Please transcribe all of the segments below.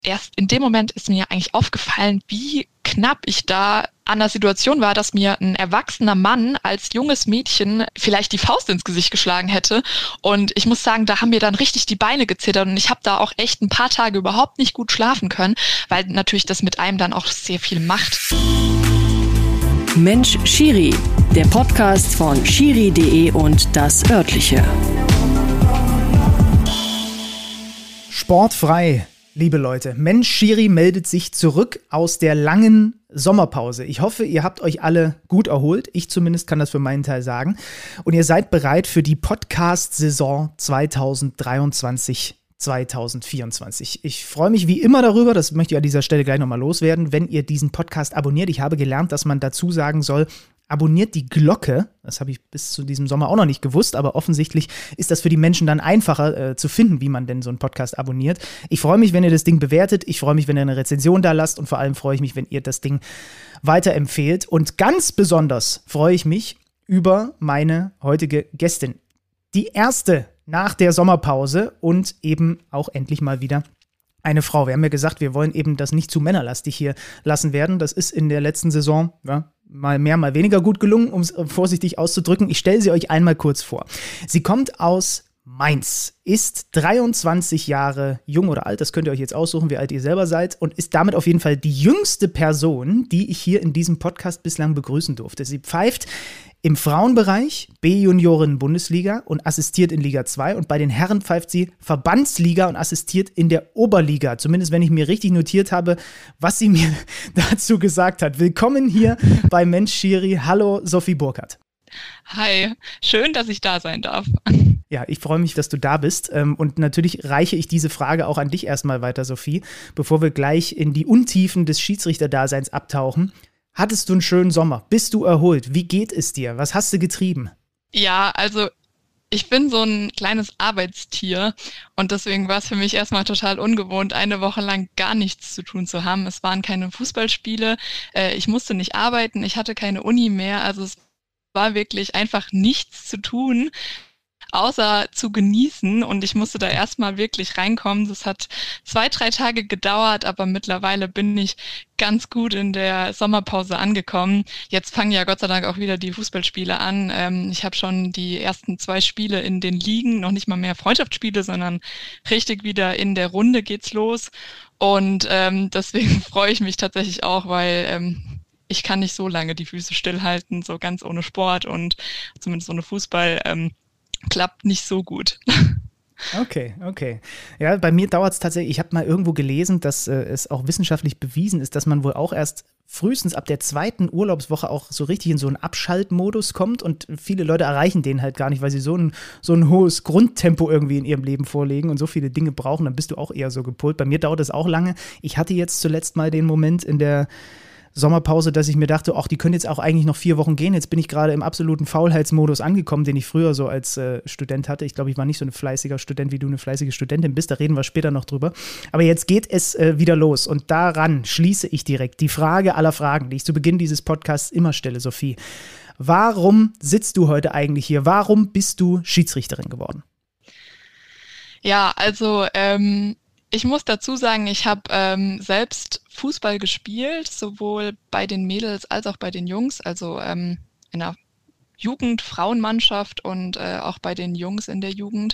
erst in dem Moment ist mir eigentlich aufgefallen, wie knapp ich da an der Situation war, dass mir ein erwachsener Mann als junges Mädchen vielleicht die Faust ins Gesicht geschlagen hätte. Und ich muss sagen, da haben mir dann richtig die Beine gezittert und ich habe da auch echt ein paar Tage überhaupt nicht gut schlafen können, weil natürlich das mit einem dann auch sehr viel macht. Mensch Schiri, der Podcast von Schiri.de und das Örtliche. Sportfrei, liebe Leute. Mensch Schiri meldet sich zurück aus der langen Sommerpause. Ich hoffe, ihr habt euch alle gut erholt. Ich zumindest kann das für meinen Teil sagen. Und ihr seid bereit für die Podcast-Saison 2023. 2024. Ich freue mich wie immer darüber, das möchte ich an dieser Stelle gleich nochmal loswerden, wenn ihr diesen Podcast abonniert. Ich habe gelernt, dass man dazu sagen soll, abonniert die Glocke. Das habe ich bis zu diesem Sommer auch noch nicht gewusst, aber offensichtlich ist das für die Menschen dann einfacher zu finden, wie man denn so einen Podcast abonniert. Ich freue mich, wenn ihr das Ding bewertet. Ich freue mich, wenn ihr eine Rezension da lasst und vor allem freue ich mich, wenn ihr das Ding weiterempfehlt. Und ganz besonders freue ich mich über meine heutige Gästin. Die erste nach der Sommerpause und eben auch endlich mal wieder eine Frau. Wir haben ja gesagt, wir wollen eben das nicht zu männerlastig hier lassen werden. Das ist in der letzten Saison mal mehr, mal weniger gut gelungen, um es vorsichtig auszudrücken. Ich stelle sie euch einmal kurz vor. Sie kommt aus Mainz, ist 23 Jahre jung oder alt, das könnt ihr euch jetzt aussuchen, wie alt ihr selber seid, und ist damit auf jeden Fall die jüngste Person, die ich hier in diesem Podcast bislang begrüßen durfte. Sie pfeift im Frauenbereich B-Junioren-Bundesliga und assistiert in Liga 2 und bei den Herren pfeift sie Verbandsliga und assistiert in der Oberliga. Zumindest, wenn ich mir richtig notiert habe, was sie mir dazu gesagt hat. Willkommen hier bei Mensch Schiri. Hallo, Sophie Burkhardt. Hi, schön, dass ich da sein darf. Ja, ich freue mich, dass du da bist. Und natürlich reiche ich diese Frage auch an dich erstmal weiter, Sophie, bevor wir gleich in die Untiefen des Schiedsrichterdaseins abtauchen. Hattest du einen schönen Sommer? Bist du erholt? Wie geht es dir? Was hast du getrieben? Ja, also ich bin so ein kleines Arbeitstier und deswegen war es für mich erstmal total ungewohnt, eine Woche lang gar nichts zu tun zu haben. Es waren keine Fußballspiele, ich musste nicht arbeiten, ich hatte keine Uni mehr, also es war wirklich einfach nichts zu tun, außer zu genießen, und ich musste da erstmal wirklich reinkommen. Das hat 2-3 Tage gedauert, aber mittlerweile bin ich ganz gut in der Sommerpause angekommen. Jetzt fangen ja Gott sei Dank auch wieder die Fußballspiele an. Ich habe schon die ersten 2 Spiele in den Ligen, noch nicht mal mehr Freundschaftsspiele, sondern richtig wieder in der Runde geht's los. Und deswegen freue ich mich tatsächlich auch, weil ich kann nicht so lange die Füße stillhalten, so ganz ohne Sport und zumindest ohne Fußball. Klappt nicht so gut. Okay. Ja, bei mir dauert es tatsächlich, ich habe mal irgendwo gelesen, dass es auch wissenschaftlich bewiesen ist, dass man wohl auch erst frühestens ab der 2. Urlaubswoche auch so richtig in so einen Abschaltmodus kommt, und viele Leute erreichen den halt gar nicht, weil sie so ein hohes Grundtempo irgendwie in ihrem Leben vorlegen und so viele Dinge brauchen, dann bist du auch eher so gepolt. Bei mir dauert es auch lange. Ich hatte jetzt zuletzt mal den Moment in der Sommerpause, dass ich mir dachte, ach, die können jetzt auch eigentlich noch 4 Wochen gehen. Jetzt bin ich gerade im absoluten Faulheitsmodus angekommen, den ich früher so als Student hatte. Ich glaube, ich war nicht so ein fleißiger Student, wie du eine fleißige Studentin bist. Da reden wir später noch drüber. Aber jetzt geht es wieder los. Und daran schließe ich direkt die Frage aller Fragen, die ich zu Beginn dieses Podcasts immer stelle, Sophie. Warum sitzt du heute eigentlich hier? Warum bist du Schiedsrichterin geworden? Ja, also ich muss dazu sagen, ich habe selbst Fußball gespielt, sowohl bei den Mädels als auch bei den Jungs, also in der Jugend, Frauenmannschaft und auch bei den Jungs in der Jugend.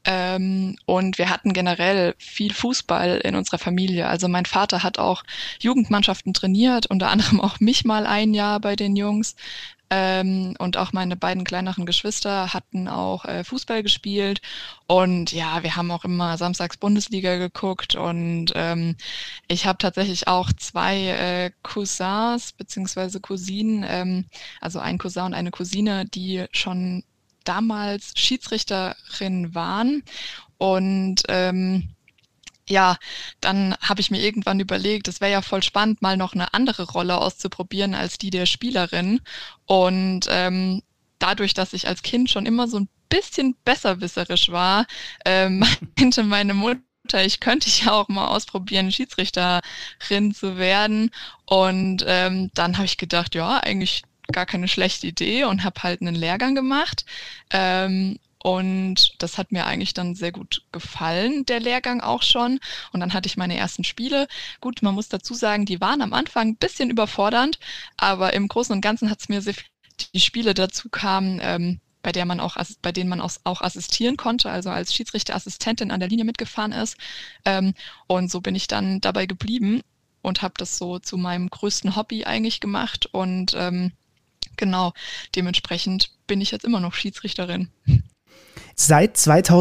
Und wir hatten generell viel Fußball in unserer Familie. Also mein Vater hat auch Jugendmannschaften trainiert, unter anderem auch mich mal ein Jahr bei den Jungs. Und auch meine beiden kleineren Geschwister hatten auch Fußball gespielt. Und ja, wir haben auch immer samstags Bundesliga geguckt. Und ich habe tatsächlich auch 2 Cousins beziehungsweise Cousinen, also ein Cousin und eine Cousine, die schon damals Schiedsrichterin waren. Und ja, dann habe ich mir irgendwann überlegt, es wäre ja voll spannend, mal noch eine andere Rolle auszuprobieren als die der Spielerin. Und dadurch, dass ich als Kind schon immer so ein bisschen besserwisserisch war, meinte meine Mutter, ich könnte ja auch mal ausprobieren, Schiedsrichterin zu werden. Und dann habe ich gedacht, ja, eigentlich gar keine schlechte Idee, und habe halt einen Lehrgang gemacht. Und das hat mir eigentlich dann sehr gut gefallen, der Lehrgang auch schon. Und dann hatte ich meine ersten Spiele. Gut, man muss dazu sagen, die waren am Anfang ein bisschen überfordernd, aber im Großen und Ganzen hat es mir sehr viel, die Spiele dazu kamen, bei denen man auch assistieren konnte, also als Schiedsrichterassistentin an der Linie mitgefahren ist. Und so bin ich dann dabei geblieben und habe das so zu meinem größten Hobby eigentlich gemacht. Und genau, dementsprechend bin ich jetzt immer noch Schiedsrichterin. Seit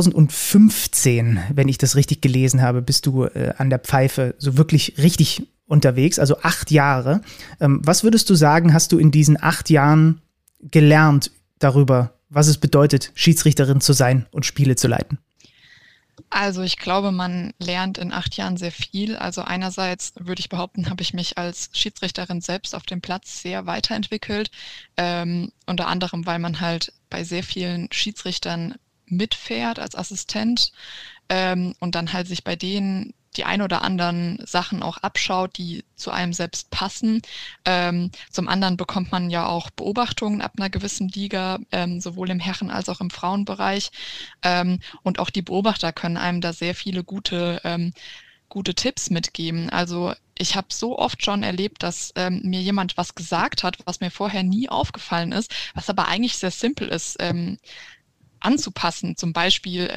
2015, wenn ich das richtig gelesen habe, bist du an der Pfeife so wirklich richtig unterwegs, also 8 Jahre. Was würdest du sagen, hast du in diesen 8 Jahren gelernt darüber, was es bedeutet, Schiedsrichterin zu sein und Spiele zu leiten? Also ich glaube, man lernt in 8 Jahren sehr viel. Also einerseits würde ich behaupten, habe ich mich als Schiedsrichterin selbst auf dem Platz sehr weiterentwickelt. Unter anderem, weil man halt bei sehr vielen Schiedsrichtern mitfährt als Assistent und dann halt sich bei denen die ein oder anderen Sachen auch abschaut, die zu einem selbst passen. Zum anderen bekommt man ja auch Beobachtungen ab einer gewissen Liga, sowohl im Herren- als auch im Frauenbereich. Und auch die Beobachter können einem da sehr viele gute Tipps mitgeben. Also ich habe so oft schon erlebt, dass mir jemand was gesagt hat, was mir vorher nie aufgefallen ist, was aber eigentlich sehr simpel ist, anzupassen. Zum Beispiel,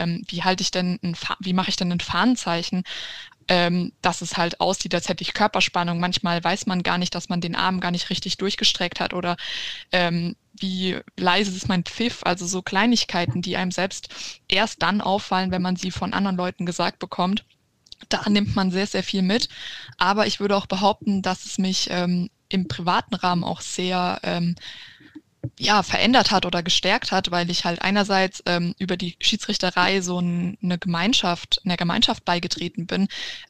wie mache ich denn ein Fahnenzeichen, dass es halt aussieht, als hätte ich Körperspannung. Manchmal weiß man gar nicht, dass man den Arm gar nicht richtig durchgestreckt hat oder wie leise ist mein Pfiff. Also so Kleinigkeiten, die einem selbst erst dann auffallen, wenn man sie von anderen Leuten gesagt bekommt. Da nimmt man sehr, sehr viel mit. Aber ich würde auch behaupten, dass es mich im privaten Rahmen auch sehr verändert hat oder gestärkt hat, weil ich halt einerseits über die Schiedsrichterei so einer Gemeinschaft beigetreten bin,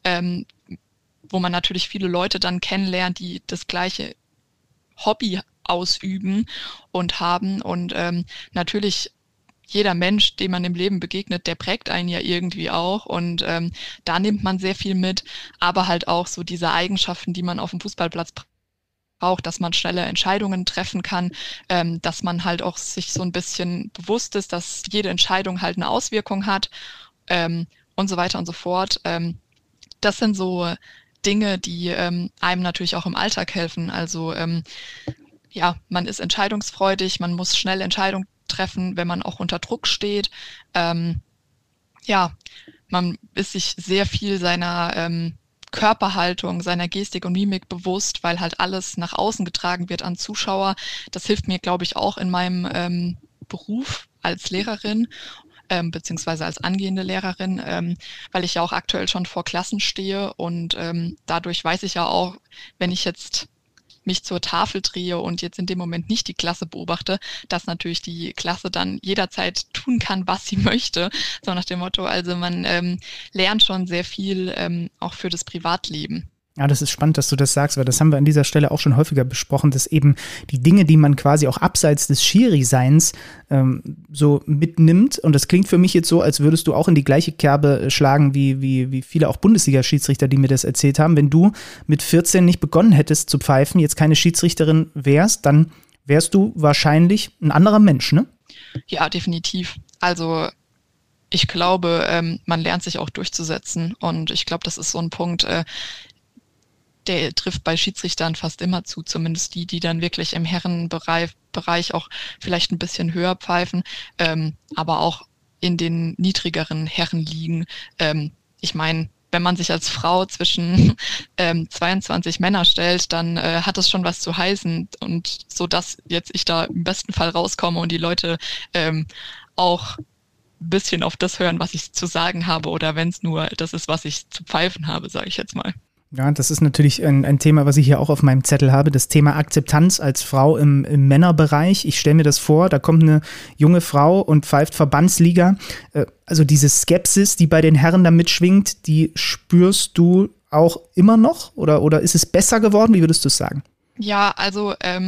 wo man natürlich viele Leute dann kennenlernt, die das gleiche Hobby ausüben und haben. Und natürlich jeder Mensch, dem man im Leben begegnet, der prägt einen ja irgendwie auch. Und da nimmt man sehr viel mit, aber halt auch so diese Eigenschaften, die man auf dem Fußballplatz braucht, dass man schnelle Entscheidungen treffen kann, dass man halt auch sich so ein bisschen bewusst ist, dass jede Entscheidung halt eine Auswirkung hat und so weiter und so fort. Das sind so Dinge, die einem natürlich auch im Alltag helfen. Also man ist entscheidungsfreudig, man muss schnell Entscheidungen treffen, wenn man auch unter Druck steht. Man ist sich sehr viel seiner Körperhaltung, seiner Gestik und Mimik bewusst, weil halt alles nach außen getragen wird an Zuschauer. Das hilft mir, glaube ich, auch in meinem Beruf als Lehrerin, beziehungsweise als angehende Lehrerin, weil ich ja auch aktuell schon vor Klassen stehe und dadurch weiß ich ja auch, wenn ich jetzt mich zur Tafel drehe und jetzt in dem Moment nicht die Klasse beobachte, dass natürlich die Klasse dann jederzeit tun kann, was sie möchte. So nach dem Motto, also man lernt schon sehr viel auch für das Privatleben. Ja, das ist spannend, dass du das sagst, weil das haben wir an dieser Stelle auch schon häufiger besprochen, dass eben die Dinge, die man quasi auch abseits des Schiri-Seins so mitnimmt, und das klingt für mich jetzt so, als würdest du auch in die gleiche Kerbe schlagen wie viele auch Bundesliga-Schiedsrichter, die mir das erzählt haben. Wenn du mit 14 nicht begonnen hättest zu pfeifen, jetzt keine Schiedsrichterin wärst, dann wärst du wahrscheinlich ein anderer Mensch, ne? Ja, definitiv. Also ich glaube, man lernt sich auch durchzusetzen und ich glaube, das ist so ein Punkt, der trifft bei Schiedsrichtern fast immer zu, zumindest die dann wirklich im Herrenbereich auch vielleicht ein bisschen höher pfeifen, aber auch in den niedrigeren Herrenligen. Ich meine, wenn man sich als Frau zwischen 22 Männer stellt, dann hat das schon was zu heißen und so, dass jetzt ich da im besten Fall rauskomme und die Leute auch ein bisschen auf das hören, was ich zu sagen habe oder wenn es nur das ist, was ich zu pfeifen habe, sage ich jetzt mal. Ja, das ist natürlich ein Thema, was ich hier auch auf meinem Zettel habe, das Thema Akzeptanz als Frau im Männerbereich. Ich stelle mir das vor, da kommt eine junge Frau und pfeift Verbandsliga. Also diese Skepsis, die bei den Herren da mitschwingt, die spürst du auch immer noch? Oder ist es besser geworden? Wie würdest du es sagen? Ja, also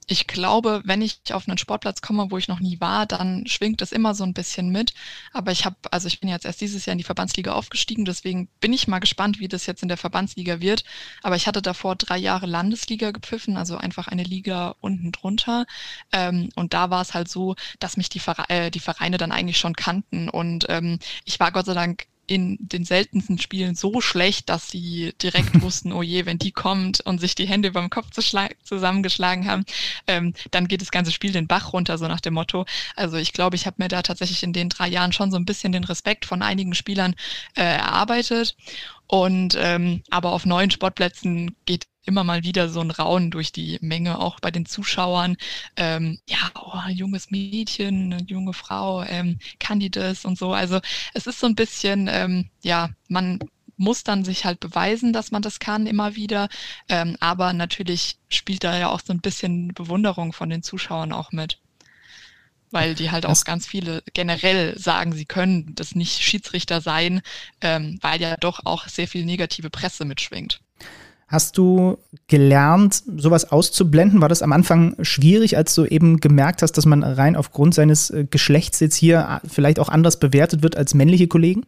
Ich glaube, wenn ich auf einen Sportplatz komme, wo ich noch nie war, dann schwingt das immer so ein bisschen mit. Aber ich bin jetzt erst dieses Jahr in die Verbandsliga aufgestiegen, deswegen bin ich mal gespannt, wie das jetzt in der Verbandsliga wird. Aber ich hatte davor 3 Jahre Landesliga gepfiffen, also einfach eine Liga unten drunter. Und da war es halt so, dass mich die Vereine dann eigentlich schon kannten. Und ich war Gott sei Dank in den seltensten Spielen so schlecht, dass sie direkt wussten, oh je, wenn die kommt und sich die Hände beim Kopf zusammengeschlagen haben, dann geht das ganze Spiel den Bach runter, so nach dem Motto. Also ich glaube, ich habe mir da tatsächlich in den 3 Jahren schon so ein bisschen den Respekt von einigen Spielern erarbeitet. Und aber auf neuen Sportplätzen geht immer mal wieder so ein Raunen durch die Menge, auch bei den Zuschauern. Ein junges Mädchen, eine junge Frau, kann die das und so. Also es ist so ein bisschen, man muss dann sich halt beweisen, dass man das kann immer wieder. Aber natürlich spielt da ja auch so ein bisschen Bewunderung von den Zuschauern auch mit. Weil die halt auch ganz viele generell sagen, sie können das nicht Schiedsrichter sein, weil ja doch auch sehr viel negative Presse mitschwingt. Hast du gelernt, sowas auszublenden? War das am Anfang schwierig, als du eben gemerkt hast, dass man rein aufgrund seines Geschlechts jetzt hier vielleicht auch anders bewertet wird als männliche Kollegen?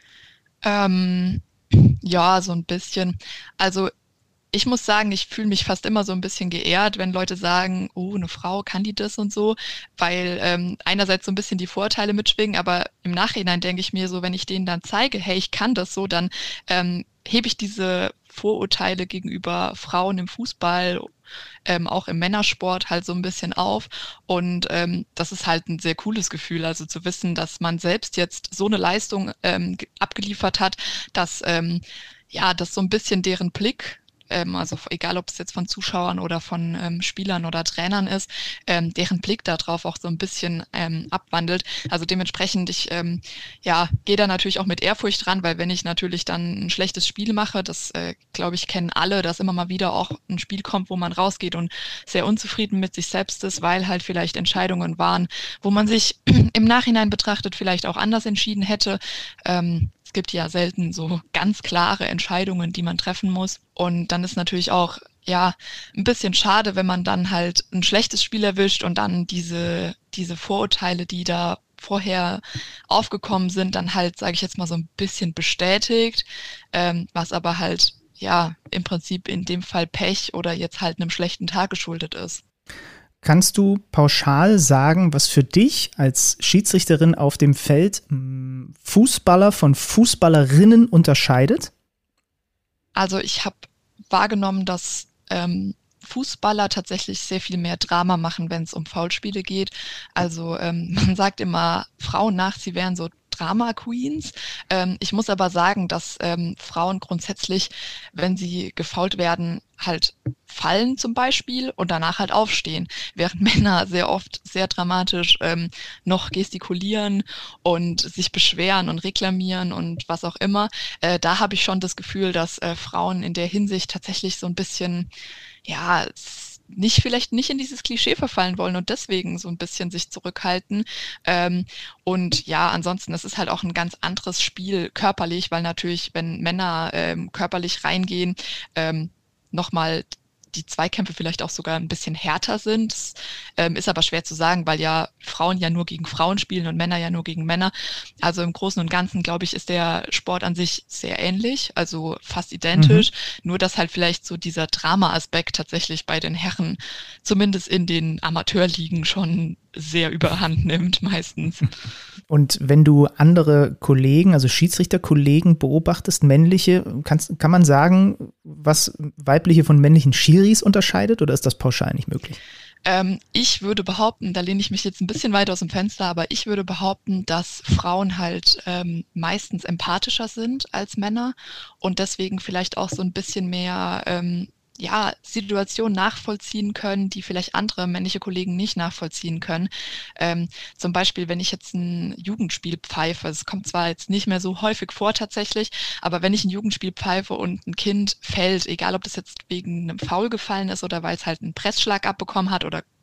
Ja, so ein bisschen. Also ich muss sagen, ich fühle mich fast immer so ein bisschen geehrt, wenn Leute sagen, oh, eine Frau, kann die das und so, weil einerseits so ein bisschen die Vorteile mitschwingen, aber im Nachhinein denke ich mir so, wenn ich denen dann zeige, hey, ich kann das so, dann hebe ich diese Vorurteile gegenüber Frauen im Fußball, auch im Männersport halt so ein bisschen auf. Und das ist halt ein sehr cooles Gefühl, also zu wissen, dass man selbst jetzt so eine Leistung abgeliefert hat, dass das so ein bisschen deren Blick, also egal ob es jetzt von Zuschauern oder von Spielern oder Trainern ist, deren Blick darauf auch so ein bisschen abwandelt. Also dementsprechend, ich gehe da natürlich auch mit Ehrfurcht ran, weil wenn ich natürlich dann ein schlechtes Spiel mache, das glaube ich kennen alle, dass immer mal wieder auch ein Spiel kommt, wo man rausgeht und sehr unzufrieden mit sich selbst ist, weil halt vielleicht Entscheidungen waren, wo man sich im Nachhinein betrachtet vielleicht auch anders entschieden hätte. Es gibt ja selten so ganz klare Entscheidungen, die man treffen muss. Und dann ist natürlich auch, ein bisschen schade, wenn man dann halt ein schlechtes Spiel erwischt und dann diese Vorurteile, die da vorher aufgekommen sind, dann halt, sage ich jetzt mal, so ein bisschen bestätigt, was aber halt, im Prinzip in dem Fall Pech oder jetzt halt einem schlechten Tag geschuldet ist. Kannst du pauschal sagen, was für dich als Schiedsrichterin auf dem Feld Fußballer von Fußballerinnen unterscheidet? Also ich habe wahrgenommen, dass Fußballer tatsächlich sehr viel mehr Drama machen, wenn es um Foulspiele geht. Also man sagt immer Frauen nach, sie wären so Drama Queens. Ich muss aber sagen, dass Frauen grundsätzlich, wenn sie gefoult werden, halt fallen zum Beispiel und danach halt aufstehen, während Männer sehr oft sehr dramatisch noch gestikulieren und sich beschweren und reklamieren und was auch immer. Da habe ich schon das Gefühl, dass Frauen in der Hinsicht tatsächlich so ein bisschen, vielleicht nicht in dieses Klischee verfallen wollen und deswegen so ein bisschen sich zurückhalten. Ansonsten, es ist halt auch ein ganz anderes Spiel körperlich, weil natürlich, wenn Männer körperlich reingehen, nochmal die Zweikämpfe vielleicht auch sogar ein bisschen härter sind. Das, ist aber schwer zu sagen, weil ja Frauen ja nur gegen Frauen spielen und Männer ja nur gegen Männer. Also im Großen und Ganzen, glaube ich, ist der Sport an sich sehr ähnlich, also fast identisch. Nur, dass halt vielleicht so dieser Drama-Aspekt tatsächlich bei den Herren, zumindest in den Amateurligen, schon sehr überhand nimmt meistens. Und wenn du andere Kollegen, also Schiedsrichterkollegen beobachtest, männliche, kann man sagen, was weibliche von männlichen Schiris unterscheidet, oder ist das pauschal nicht möglich? Ich würde behaupten, da lehne ich mich jetzt ein bisschen weit aus dem Fenster, aber ich würde behaupten, dass Frauen halt meistens empathischer sind als Männer und deswegen vielleicht auch so ein bisschen mehr Situationen nachvollziehen können, die vielleicht andere männliche Kollegen nicht nachvollziehen können. Zum Beispiel, wenn ich jetzt ein Jugendspiel pfeife, es kommt zwar jetzt nicht mehr so häufig vor tatsächlich, aber wenn ich ein Jugendspiel pfeife und ein Kind fällt, egal ob das jetzt wegen einem Foul gefallen ist oder weil es halt einen Pressschlag abbekommen hat oder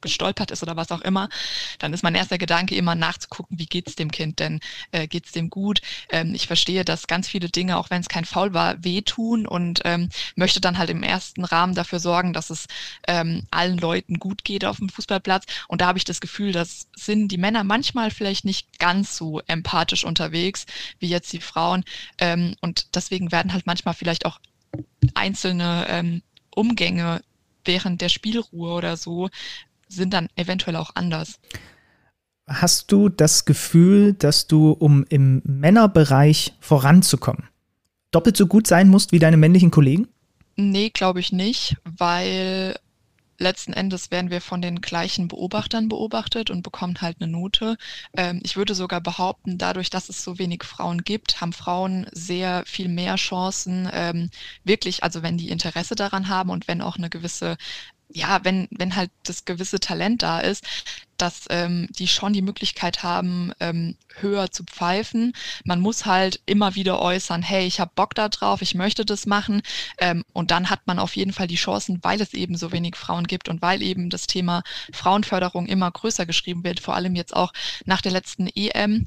gestolpert ist oder was auch immer, dann ist mein erster Gedanke immer nachzugucken, wie geht's dem Kind denn? Geht's dem gut? Ich verstehe, dass ganz viele Dinge, auch wenn es kein Foul war, wehtun und möchte dann halt im ersten Rahmen dafür sorgen, dass es allen Leuten gut geht auf dem Fußballplatz. Und da habe ich das Gefühl, dass sind die Männer manchmal vielleicht nicht ganz so empathisch unterwegs wie jetzt die Frauen. Und deswegen werden halt manchmal vielleicht auch einzelne Umgänge während der Spielruhe oder so sind dann eventuell auch anders. Hast du das Gefühl, dass du, um im Männerbereich voranzukommen, doppelt so gut sein musst wie deine männlichen Kollegen? Nee, glaube ich nicht, weil letzten Endes werden wir von den gleichen Beobachtern beobachtet und bekommen halt eine Note. Ich würde sogar behaupten, dadurch, dass es so wenig Frauen gibt, haben Frauen sehr viel mehr Chancen, wirklich, also wenn die Interesse daran haben und wenn auch eine gewisse, ja, wenn halt das gewisse Talent da ist, dass die schon die Möglichkeit haben, höher zu pfeifen. Man muss halt immer wieder äußern, hey, ich habe Bock da drauf, ich möchte das machen. Und dann hat man auf jeden Fall die Chancen, weil es eben so wenig Frauen gibt und weil eben das Thema Frauenförderung immer größer geschrieben wird, vor allem jetzt auch nach der letzten EM,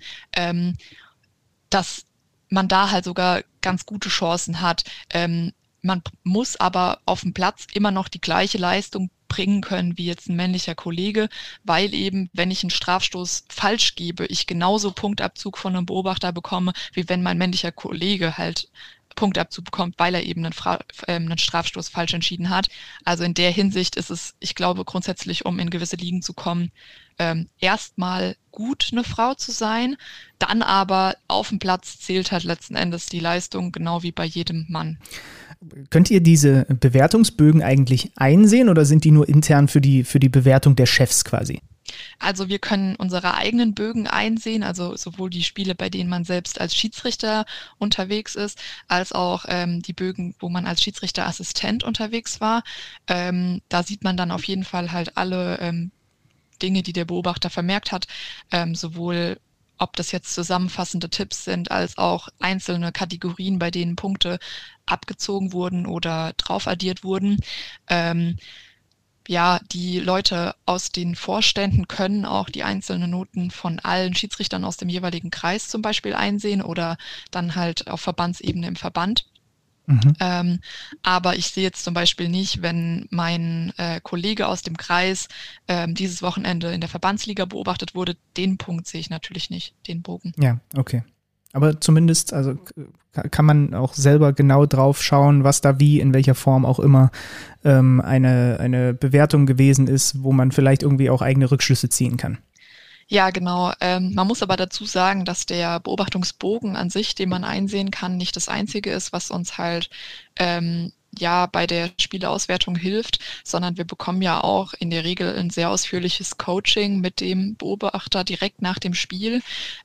dass man da halt sogar ganz gute Chancen hat. Man muss aber auf dem Platz immer noch die gleiche Leistung bringen können wie jetzt ein männlicher Kollege, weil eben, wenn ich einen Strafstoß falsch gebe, ich genauso Punktabzug von einem Beobachter bekomme, wie wenn mein männlicher Kollege halt Punktabzug bekommt, weil er eben einen Strafstoß falsch entschieden hat. Also in der Hinsicht ist es, ich glaube, grundsätzlich, um in gewisse Ligen zu kommen, erstmal gut, eine Frau zu sein, dann aber auf dem Platz zählt halt letzten Endes die Leistung, genau wie bei jedem Mann. Könnt ihr diese Bewertungsbögen eigentlich einsehen oder sind die nur intern für die Bewertung der Chefs quasi? Also wir können unsere eigenen Bögen einsehen, also sowohl die Spiele, bei denen man selbst als Schiedsrichter unterwegs ist, als auch die Bögen, wo man als Schiedsrichterassistent unterwegs war. Da sieht man dann auf jeden Fall halt alle Dinge, die der Beobachter vermerkt hat, sowohl ob das jetzt zusammenfassende Tipps sind, als auch einzelne Kategorien, bei denen Punkte abgezogen wurden oder drauf addiert wurden. Ja, die Leute aus den Vorständen können auch die einzelnen Noten von allen Schiedsrichtern aus dem jeweiligen Kreis zum Beispiel einsehen oder dann halt auf Verbandsebene im Verband. Aber ich sehe jetzt zum Beispiel nicht, wenn mein Kollege aus dem Kreis dieses Wochenende in der Verbandsliga beobachtet wurde, den Punkt sehe ich natürlich nicht, den Bogen. Ja, okay. Aber zumindest, also kann man auch selber genau drauf schauen, was da wie, in welcher Form auch immer eine Bewertung gewesen ist, wo man vielleicht irgendwie auch eigene Rückschlüsse ziehen kann. Ja, genau. Man muss aber dazu sagen, dass der Beobachtungsbogen an sich, den man einsehen kann, nicht das Einzige ist, was uns halt bei der Spieleauswertung hilft, sondern wir bekommen ja auch in der Regel ein sehr ausführliches Coaching mit dem Beobachter direkt nach dem Spiel.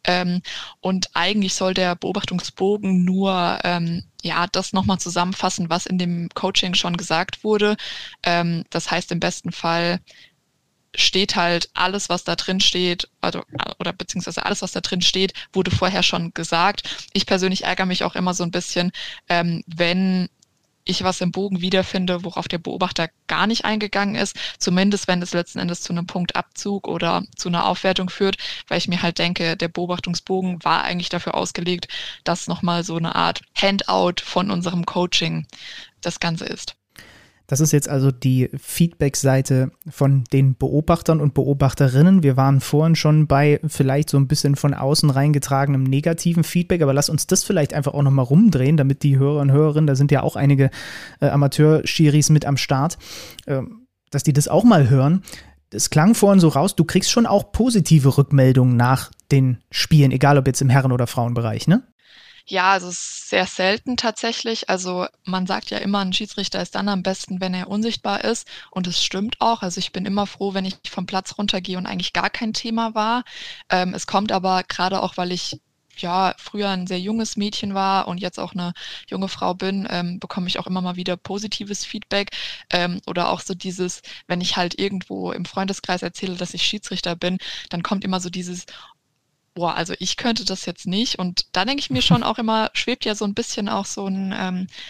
Und eigentlich soll der Beobachtungsbogen nur das nochmal zusammenfassen, was in dem Coaching schon gesagt wurde. Das heißt, im besten Fall steht halt alles, was da drin steht, oder beziehungsweise alles, was da drin steht, wurde vorher schon gesagt. Ich persönlich ärgere mich auch immer so ein bisschen, wenn ich was im Bogen wiederfinde, worauf der Beobachter gar nicht eingegangen ist, zumindest wenn es letzten Endes zu einem Punktabzug oder zu einer Aufwertung führt, weil ich mir halt denke, der Beobachtungsbogen war eigentlich dafür ausgelegt, dass nochmal so eine Art Handout von unserem Coaching das Ganze ist. Das ist jetzt also die Feedback-Seite von den Beobachtern und Beobachterinnen. Wir waren vorhin schon bei vielleicht so ein bisschen von außen reingetragenem negativen Feedback, aber lass uns das vielleicht einfach auch nochmal rumdrehen, damit die Hörer und Hörerinnen, da sind ja auch einige Amateur-Schiris mit am Start, dass die das auch mal hören. Es klang vorhin so raus, du kriegst schon auch positive Rückmeldungen nach den Spielen, egal ob jetzt im Herren- oder Frauenbereich, ne? Ja, also es ist sehr selten tatsächlich. Also man sagt ja immer, ein Schiedsrichter ist dann am besten, wenn er unsichtbar ist. Und es stimmt auch. Also ich bin immer froh, wenn ich vom Platz runtergehe und eigentlich gar kein Thema war. Es kommt aber gerade auch, weil ich früher ein sehr junges Mädchen war und jetzt auch eine junge Frau bin, bekomme ich auch immer mal wieder positives Feedback. Oder auch so dieses, wenn ich halt irgendwo im Freundeskreis erzähle, dass ich Schiedsrichter bin, dann kommt immer so dieses, boah, also ich könnte das jetzt nicht. Und da denke ich mir schon auch immer, schwebt ja so ein bisschen auch so ein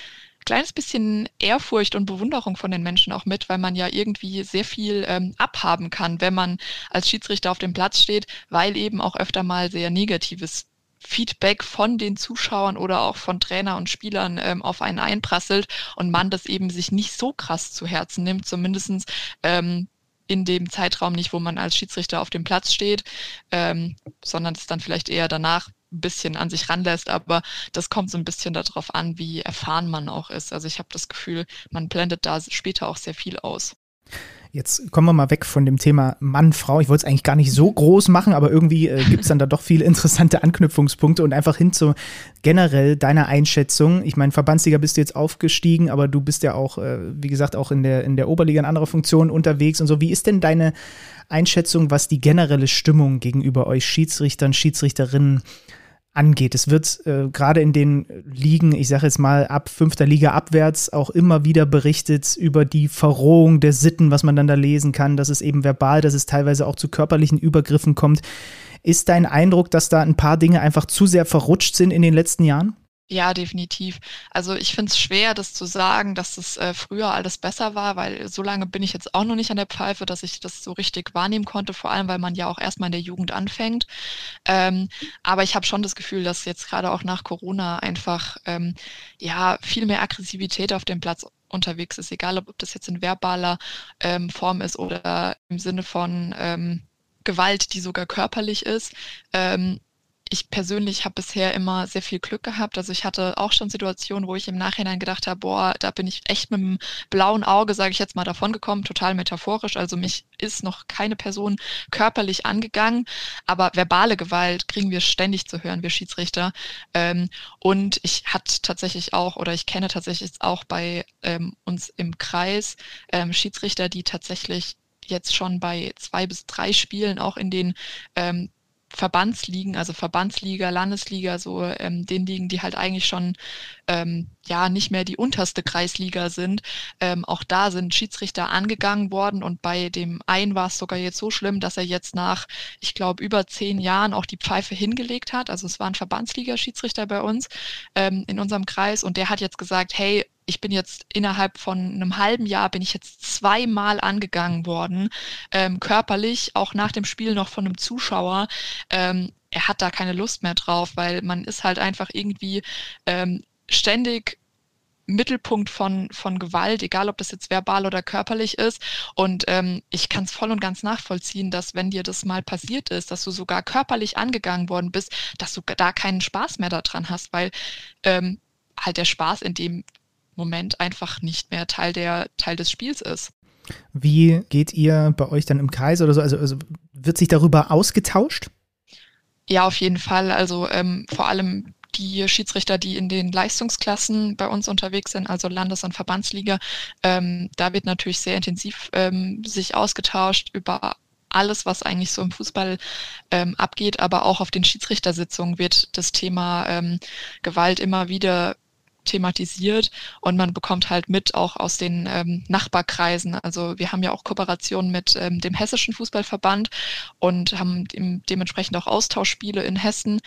kleines bisschen Ehrfurcht und Bewunderung von den Menschen auch mit, weil man ja irgendwie sehr viel abhaben kann, wenn man als Schiedsrichter auf dem Platz steht, weil eben auch öfter mal sehr negatives Feedback von den Zuschauern oder auch von Trainer und Spielern auf einen einprasselt und man das eben sich nicht so krass zu Herzen nimmt, zumindestens in dem Zeitraum nicht, wo man als Schiedsrichter auf dem Platz steht, sondern es dann vielleicht eher danach ein bisschen an sich ranlässt, aber das kommt so ein bisschen darauf an, wie erfahren man auch ist. Also ich habe das Gefühl, man blendet da später auch sehr viel aus. Jetzt kommen wir mal weg von dem Thema Mann, Frau. Ich wollte es eigentlich gar nicht so groß machen, aber irgendwie gibt es dann da doch viele interessante Anknüpfungspunkte und einfach hin zu generell deiner Einschätzung. Ich meine, Verbandsliga bist du jetzt aufgestiegen, aber du bist ja auch, wie gesagt, auch in der Oberliga in anderer Funktion unterwegs und so. Wie ist denn deine Einschätzung, was die generelle Stimmung gegenüber euch Schiedsrichtern, Schiedsrichterinnen angeht? Es wird gerade in den Ligen, ich sage jetzt mal ab 5. Liga abwärts, auch immer wieder berichtet über die Verrohung der Sitten, was man dann da lesen kann, dass es eben verbal, dass es teilweise auch zu körperlichen Übergriffen kommt. Ist dein Eindruck, dass da ein paar Dinge einfach zu sehr verrutscht sind in den letzten Jahren? Ja, definitiv. Also ich finde es schwer, das zu sagen, dass es früher alles besser war, weil so lange bin ich jetzt auch noch nicht an der Pfeife, dass ich das so richtig wahrnehmen konnte, vor allem, weil man ja auch erstmal in der Jugend anfängt. Aber ich habe schon das Gefühl, dass jetzt gerade auch nach Corona einfach viel mehr Aggressivität auf dem Platz unterwegs ist, egal ob das jetzt in verbaler Form ist oder im Sinne von Gewalt, die sogar körperlich ist. Ich persönlich habe bisher immer sehr viel Glück gehabt. Also ich hatte auch schon Situationen, wo ich im Nachhinein gedacht habe, boah, da bin ich echt mit einem blauen Auge, sage ich jetzt mal, davongekommen, total metaphorisch. Also mich ist noch keine Person körperlich angegangen, aber verbale Gewalt kriegen wir ständig zu hören, wir Schiedsrichter. Und ich kenne tatsächlich auch bei uns im Kreis Schiedsrichter, die tatsächlich jetzt schon bei 2 bis 3 Spielen auch in den Verbandsligen, also Verbandsliga, Landesliga, so den Ligen, die halt eigentlich schon nicht mehr die unterste Kreisliga sind. Auch da sind Schiedsrichter angegangen worden und bei dem einen war es sogar jetzt so schlimm, dass er jetzt nach, ich glaube, über 10 Jahren auch die Pfeife hingelegt hat. Also es war ein Verbandsliga-Schiedsrichter bei uns in unserem Kreis und der hat jetzt gesagt, hey, ich bin jetzt innerhalb von einem halben Jahr bin ich jetzt 2-mal angegangen worden, körperlich, auch nach dem Spiel noch von einem Zuschauer. Er hat da keine Lust mehr drauf, weil man ist halt einfach irgendwie ständig Mittelpunkt von Gewalt, egal ob das jetzt verbal oder körperlich ist. Und ich kann es voll und ganz nachvollziehen, dass wenn dir das mal passiert ist, dass du sogar körperlich angegangen worden bist, dass du da keinen Spaß mehr daran hast, weil halt der Spaß in dem Moment einfach nicht mehr Teil des Spiels ist. Wie geht ihr bei euch dann im Kreis oder so? Also wird sich darüber ausgetauscht? Ja, auf jeden Fall. Also vor allem die Schiedsrichter, die in den Leistungsklassen bei uns unterwegs sind, also Landes- und Verbandsliga, da wird natürlich sehr intensiv sich ausgetauscht über alles, was eigentlich so im Fußball abgeht, aber auch auf den Schiedsrichtersitzungen wird das Thema Gewalt immer wieder thematisiert und man bekommt halt mit auch aus den Nachbarkreisen. Also wir haben ja auch Kooperationen mit dem Hessischen Fußballverband und haben dementsprechend auch Austauschspiele in Hessen.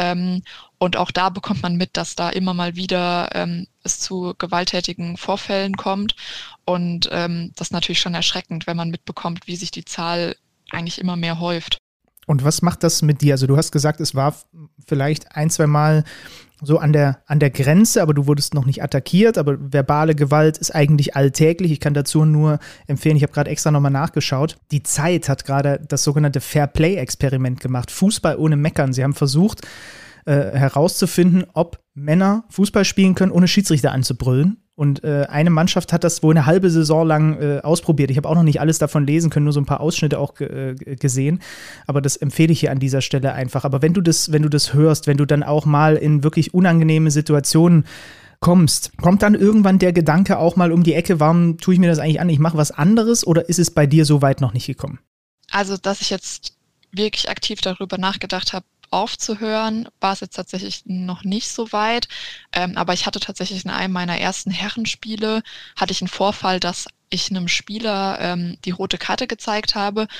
Und auch da bekommt man mit, dass da immer mal wieder es zu gewalttätigen Vorfällen kommt. Und das ist natürlich schon erschreckend, wenn man mitbekommt, wie sich die Zahl eigentlich immer mehr häuft. Und was macht das mit dir? Also du hast gesagt, es war vielleicht 1-2 Mal so an der Grenze, aber du wurdest noch nicht attackiert, aber verbale Gewalt ist eigentlich alltäglich. Ich kann dazu nur empfehlen, ich habe gerade extra nochmal nachgeschaut. Die Zeit hat gerade das sogenannte Fair-Play-Experiment gemacht. Fußball ohne Meckern. Sie haben versucht herauszufinden, ob Männer Fußball spielen können, ohne Schiedsrichter anzubrüllen. Und eine Mannschaft hat das wohl eine halbe Saison lang ausprobiert. Ich habe auch noch nicht alles davon lesen können, nur so ein paar Ausschnitte auch gesehen. Aber das empfehle ich hier an dieser Stelle einfach. Aber wenn du das hörst, wenn du dann auch mal in wirklich unangenehme Situationen kommst, kommt dann irgendwann der Gedanke auch mal um die Ecke, warum tue ich mir das eigentlich an? Ich mache was anderes oder ist es bei dir so weit noch nicht gekommen? Also, dass ich jetzt wirklich aktiv darüber nachgedacht habe, aufzuhören, war es jetzt tatsächlich noch nicht so weit. Aber ich hatte tatsächlich in einem meiner ersten Herrenspiele, hatte ich einen Vorfall, dass ich einem Spieler die rote Karte gezeigt habe,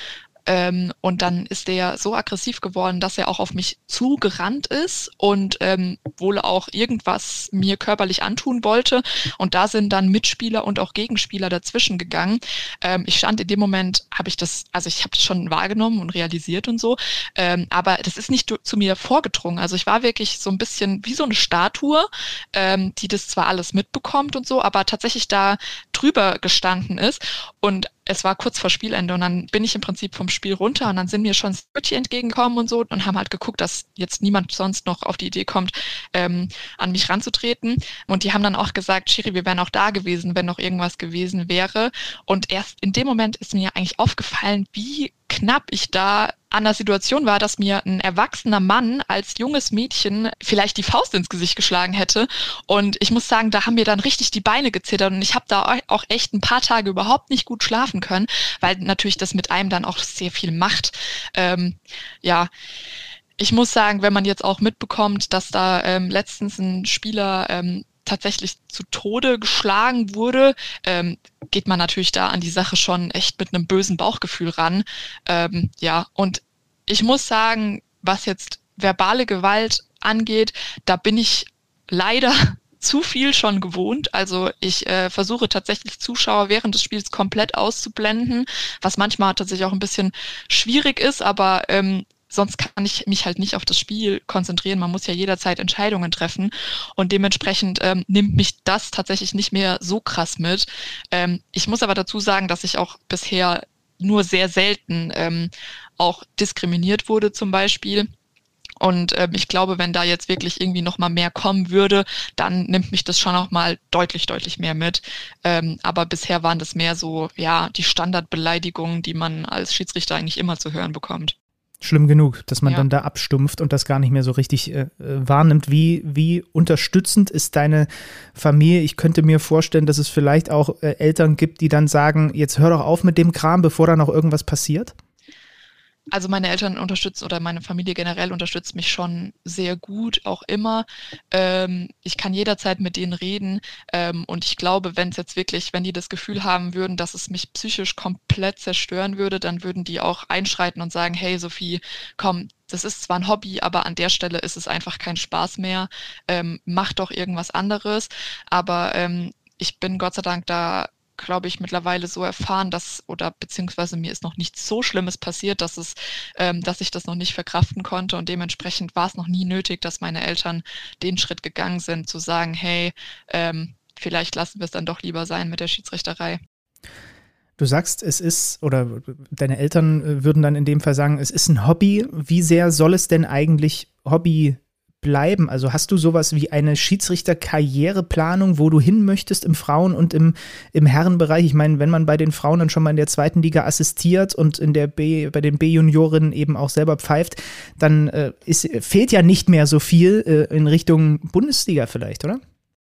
Und dann ist der so aggressiv geworden, dass er auch auf mich zugerannt ist und wohl auch irgendwas mir körperlich antun wollte. Und da sind dann Mitspieler und auch Gegenspieler dazwischen gegangen. Ich stand in dem Moment, ich habe es schon wahrgenommen und realisiert und so, aber das ist nicht zu mir vorgedrungen. Also ich war wirklich so ein bisschen wie so eine Statue, die das zwar alles mitbekommt und so, aber tatsächlich da drüber gestanden ist. Und es war kurz vor Spielende und dann bin ich im Prinzip vom Spiel runter und dann sind mir schon Security entgegengekommen und so und haben halt geguckt, dass jetzt niemand sonst noch auf die Idee kommt, an mich ranzutreten. Und die haben dann auch gesagt, Schiri, wir wären auch da gewesen, wenn noch irgendwas gewesen wäre. Und erst in dem Moment ist mir eigentlich aufgefallen, wie knapp ich da an der Situation war, dass mir ein erwachsener Mann als junges Mädchen vielleicht die Faust ins Gesicht geschlagen hätte. Und ich muss sagen, da haben mir dann richtig die Beine gezittert und ich habe da auch echt ein paar Tage überhaupt nicht gut schlafen können, weil natürlich das mit einem dann auch sehr viel macht. Ich muss sagen, wenn man jetzt auch mitbekommt, dass da letztens ein Spieler tatsächlich zu Tode geschlagen wurde, geht man natürlich da an die Sache schon echt mit einem bösen Bauchgefühl ran. Und ich muss sagen, was jetzt verbale Gewalt angeht, da bin ich leider zu viel schon gewohnt. Also ich versuche tatsächlich Zuschauer während des Spiels komplett auszublenden, was manchmal tatsächlich auch ein bisschen schwierig ist, aber sonst kann ich mich halt nicht auf das Spiel konzentrieren. Man muss ja jederzeit Entscheidungen treffen und dementsprechend nimmt mich das tatsächlich nicht mehr so krass mit. Ich muss aber dazu sagen, dass ich auch bisher nur sehr selten auch diskriminiert wurde zum Beispiel. Und ich glaube, wenn da jetzt wirklich irgendwie noch mal mehr kommen würde, dann nimmt mich das schon auch mal deutlich, deutlich mehr mit. Aber bisher waren das mehr so, ja, die Standardbeleidigungen, die man als Schiedsrichter eigentlich immer zu hören bekommt. Schlimm genug, dass man dann da abstumpft und das gar nicht mehr so richtig wahrnimmt. Wie unterstützend ist deine Familie? Ich könnte mir vorstellen, dass es vielleicht auch Eltern gibt, die dann sagen, jetzt hör doch auf mit dem Kram, bevor da noch irgendwas passiert. Also meine Eltern unterstützen oder meine Familie generell unterstützt mich schon sehr gut, auch immer. Ich kann jederzeit mit denen reden und ich glaube, wenn die das Gefühl haben würden, dass es mich psychisch komplett zerstören würde, dann würden die auch einschreiten und sagen, hey Sophie, komm, das ist zwar ein Hobby, aber an der Stelle ist es einfach kein Spaß mehr. Mach doch irgendwas anderes. Aber ich bin Gott sei Dank da, glaube ich, mittlerweile so erfahren, beziehungsweise mir ist noch nichts so Schlimmes passiert, dass ich das noch nicht verkraften konnte und dementsprechend war es noch nie nötig, dass meine Eltern den Schritt gegangen sind, zu sagen, hey, vielleicht lassen wir es dann doch lieber sein mit der Schiedsrichterei. Du sagst, es ist, oder deine Eltern würden dann in dem Fall sagen, es ist ein Hobby. Wie sehr soll es denn eigentlich Hobby bleiben? Also hast du sowas wie eine Schiedsrichter-Karriereplanung, wo du hin möchtest im Frauen- und im Herrenbereich? Ich meine, wenn man bei den Frauen dann schon mal in der 2. Liga assistiert und bei den B-Juniorinnen eben auch selber pfeift, dann fehlt ja nicht mehr so viel in Richtung Bundesliga vielleicht, oder?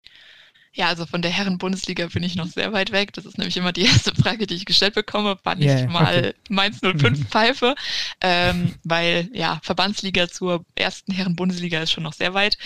Ja, also von der Herren-Bundesliga bin ich noch sehr weit weg. Das ist nämlich immer die erste Frage, die ich gestellt bekomme, wann ich mal Mainz 05 pfeife. Weil ja, Verbandsliga zur ersten Herren-Bundesliga ist schon noch sehr weit.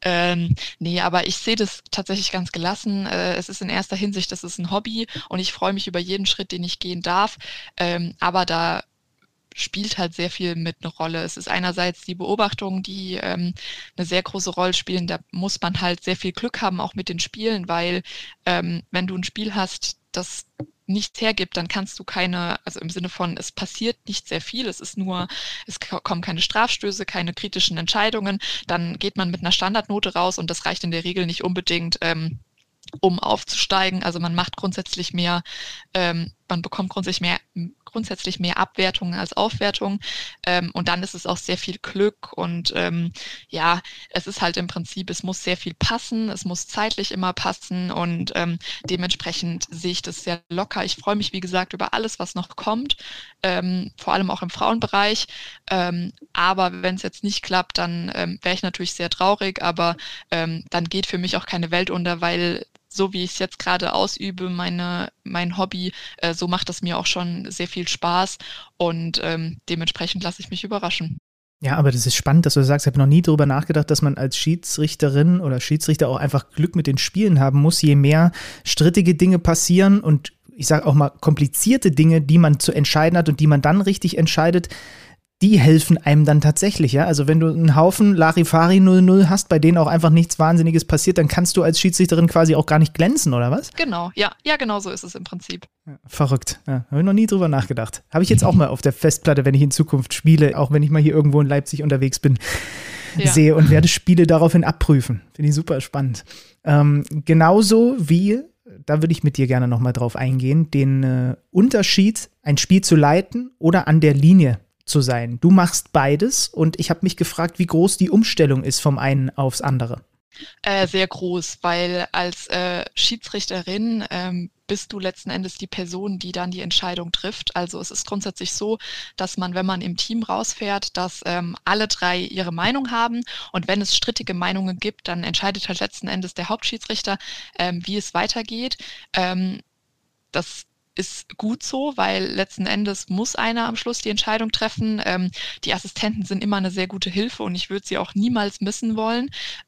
Aber ich sehe das tatsächlich ganz gelassen. Es ist in erster Hinsicht, das ist ein Hobby und ich freue mich über jeden Schritt, den ich gehen darf. Aber da spielt halt sehr viel mit eine Rolle. Es ist einerseits die Beobachtung, die eine sehr große Rolle spielen. Da muss man halt sehr viel Glück haben, auch mit den Spielen, weil wenn du ein Spiel hast, das nichts hergibt, dann kannst du also im Sinne von, es passiert nicht sehr viel, es kommen keine Strafstöße, keine kritischen Entscheidungen, dann geht man mit einer Standardnote raus und das reicht in der Regel nicht unbedingt, um aufzusteigen. Also man macht grundsätzlich man bekommt grundsätzlich mehr Abwertungen als Aufwertungen. Und dann ist es auch sehr viel Glück und es ist halt im Prinzip, es muss sehr viel passen, es muss zeitlich immer passen und dementsprechend sehe ich das sehr locker. Ich freue mich, wie gesagt, über alles, was noch kommt, vor allem auch im Frauenbereich. Aber wenn es jetzt nicht klappt, dann wäre ich natürlich sehr traurig, aber dann geht für mich auch keine Welt unter, weil so wie ich es jetzt gerade ausübe, mein Hobby, so macht es mir auch schon sehr viel Spaß und dementsprechend lasse ich mich überraschen. Ja, aber das ist spannend, dass du sagst, ich habe noch nie darüber nachgedacht, dass man als Schiedsrichterin oder Schiedsrichter auch einfach Glück mit den Spielen haben muss. Je mehr strittige Dinge passieren und ich sage auch mal, komplizierte Dinge, die man zu entscheiden hat und die man dann richtig entscheidet, die helfen einem dann tatsächlich, ja. Also wenn du einen Haufen Larifari 0-0 hast, bei denen auch einfach nichts Wahnsinniges passiert, dann kannst du als Schiedsrichterin quasi auch gar nicht glänzen, oder was? Genau, ja, genau so ist es im Prinzip. Ja, verrückt. Ja, habe ich noch nie drüber nachgedacht. Habe ich jetzt auch mal auf der Festplatte, wenn ich in Zukunft spiele, auch wenn ich mal hier irgendwo in Leipzig unterwegs bin, sehe und werde Spiele daraufhin abprüfen. Finde ich super spannend. Genauso wie, da würde ich mit dir gerne nochmal drauf eingehen, den Unterschied, ein Spiel zu leiten oder an der Linie zu sein. Du machst beides und ich habe mich gefragt, wie groß die Umstellung ist vom einen aufs andere. Sehr groß, weil als Schiedsrichterin bist du letzten Endes die Person, die dann die Entscheidung trifft. Also es ist grundsätzlich so, dass man, wenn man im Team rausfährt, dass alle drei ihre Meinung haben und wenn es strittige Meinungen gibt, dann entscheidet halt letzten Endes der Hauptschiedsrichter, wie es weitergeht. Das ist gut so, weil letzten Endes muss einer am Schluss die Entscheidung treffen. Die Assistenten sind immer eine sehr gute Hilfe und ich würde sie auch niemals missen wollen.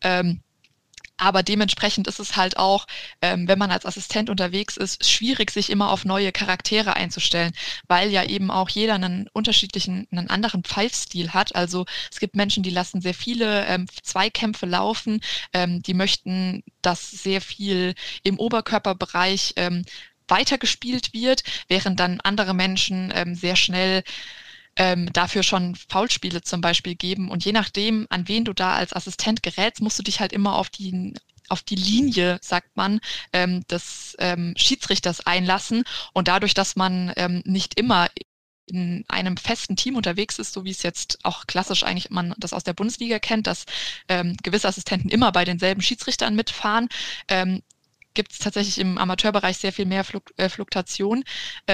Aber dementsprechend ist es halt auch, wenn man als Assistent unterwegs ist, schwierig, sich immer auf neue Charaktere einzustellen, weil ja eben auch jeder einen anderen Pfeifstil hat. Also es gibt Menschen, die lassen sehr viele Zweikämpfe laufen, die möchten, dass sehr viel im Oberkörperbereich weitergespielt wird, während dann andere Menschen sehr schnell dafür schon Foulspiele zum Beispiel geben. Und je nachdem, an wen du da als Assistent gerätst, musst du dich halt immer auf die Linie, sagt man, des Schiedsrichters einlassen. Und dadurch, dass man nicht immer in einem festen Team unterwegs ist, so wie es jetzt auch klassisch eigentlich man das aus der Bundesliga kennt, dass gewisse Assistenten immer bei denselben Schiedsrichtern mitfahren, gibt es tatsächlich im Amateurbereich sehr viel mehr Fluxion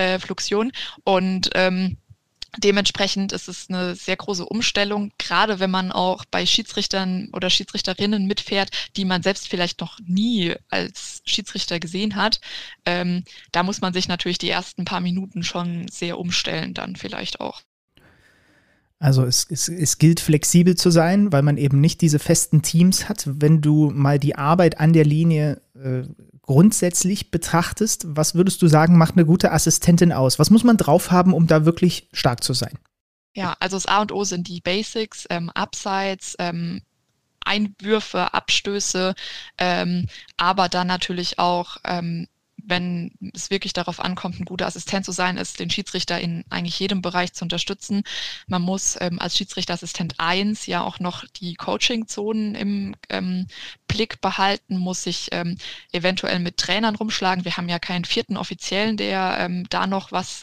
und dementsprechend ist es eine sehr große Umstellung, gerade wenn man auch bei Schiedsrichtern oder Schiedsrichterinnen mitfährt, die man selbst vielleicht noch nie als Schiedsrichter gesehen hat. Da muss man sich natürlich die ersten paar Minuten schon sehr umstellen dann vielleicht auch. Also es gilt flexibel zu sein, weil man eben nicht diese festen Teams hat. Wenn du mal die Arbeit an der Linie grundsätzlich betrachtest, was würdest du sagen, macht eine gute Assistentin aus? Was muss man drauf haben, um da wirklich stark zu sein? Ja, also das A und O sind die Basics, Abseits, Einwürfe, Abstöße, aber dann natürlich auch wenn es wirklich darauf ankommt, ein guter Assistent zu sein, ist den Schiedsrichter in eigentlich jedem Bereich zu unterstützen. Man muss als Schiedsrichterassistent 1 ja auch noch die Coaching-Zonen im Blick behalten, muss sich eventuell mit Trainern rumschlagen. Wir haben ja keinen vierten Offiziellen, der da noch was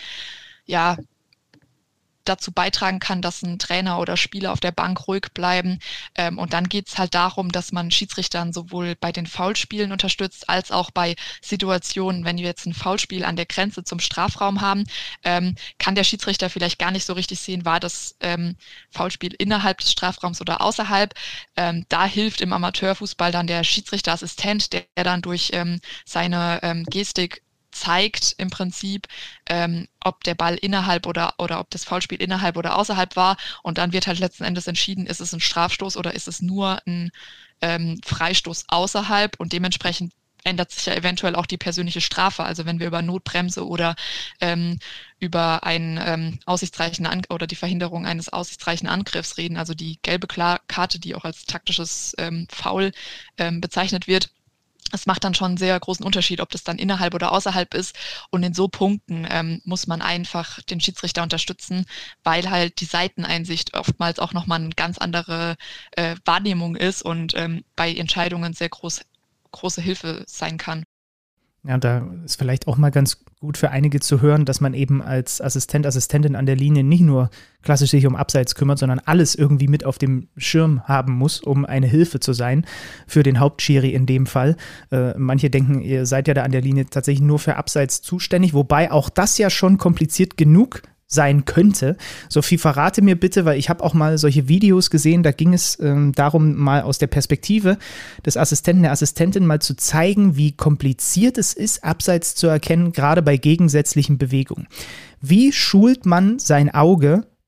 dazu beitragen kann, dass ein Trainer oder Spieler auf der Bank ruhig bleiben. Und dann geht es halt darum, dass man Schiedsrichtern sowohl bei den Foulspielen unterstützt, als auch bei Situationen, wenn wir jetzt ein Foulspiel an der Grenze zum Strafraum haben, kann der Schiedsrichter vielleicht gar nicht so richtig sehen, war das Foulspiel innerhalb des Strafraums oder außerhalb. Da hilft im Amateurfußball dann der Schiedsrichterassistent, der dann durch seine Gestik zeigt im Prinzip, ob der Ball innerhalb oder ob das Foulspiel innerhalb oder außerhalb war. Und dann wird halt letzten Endes entschieden, ist es ein Strafstoß oder ist es nur ein Freistoß außerhalb. Und dementsprechend ändert sich ja eventuell auch die persönliche Strafe. Also wenn wir über Notbremse oder über einen aussichtsreichen oder die Verhinderung eines aussichtsreichen Angriffs reden, also die gelbe Karte, die auch als taktisches Foul bezeichnet wird. Es macht dann schon einen sehr großen Unterschied, ob das dann innerhalb oder außerhalb ist. Und in so Punkten muss man einfach den Schiedsrichter unterstützen, weil halt die Seiteneinsicht oftmals auch nochmal eine ganz andere Wahrnehmung ist und bei Entscheidungen sehr große Hilfe sein kann. Ja, da ist vielleicht auch mal ganz gut für einige zu hören, dass man eben als Assistentin an der Linie nicht nur klassisch sich um Abseits kümmert, sondern alles irgendwie mit auf dem Schirm haben muss, um eine Hilfe zu sein für den Hauptschiri in dem Fall. Manche denken, ihr seid ja da an der Linie tatsächlich nur für Abseits zuständig, wobei auch das ja schon kompliziert genug sein könnte. Sophie, verrate mir bitte, weil ich habe auch mal solche Videos gesehen, da ging es darum, mal aus der Perspektive des Assistenten, der Assistentin mal zu zeigen, wie kompliziert es ist, Abseits zu erkennen, gerade bei gegensätzlichen Bewegungen. Wie schult man sein Auge,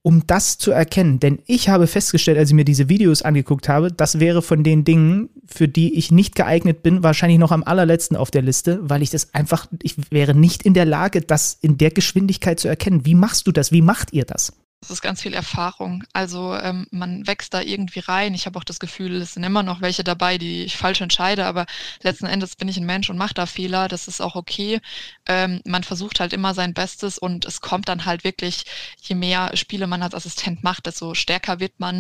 um das zu erkennen? Denn ich habe festgestellt, als ich mir diese Videos angeguckt habe, das wäre von den Dingen, für die ich nicht geeignet bin, wahrscheinlich noch am allerletzten auf der Liste, weil ich wäre nicht in der Lage, das in der Geschwindigkeit zu erkennen. Wie machst du das? Wie macht ihr das? Das ist ganz viel Erfahrung. Also man wächst da irgendwie rein. Ich habe auch das Gefühl, es sind immer noch welche dabei, die ich falsch entscheide, aber letzten Endes bin ich ein Mensch und mache da Fehler. Das ist auch okay. Man versucht halt immer sein Bestes und es kommt dann halt wirklich, je mehr Spiele man als Assistent macht, desto stärker wird man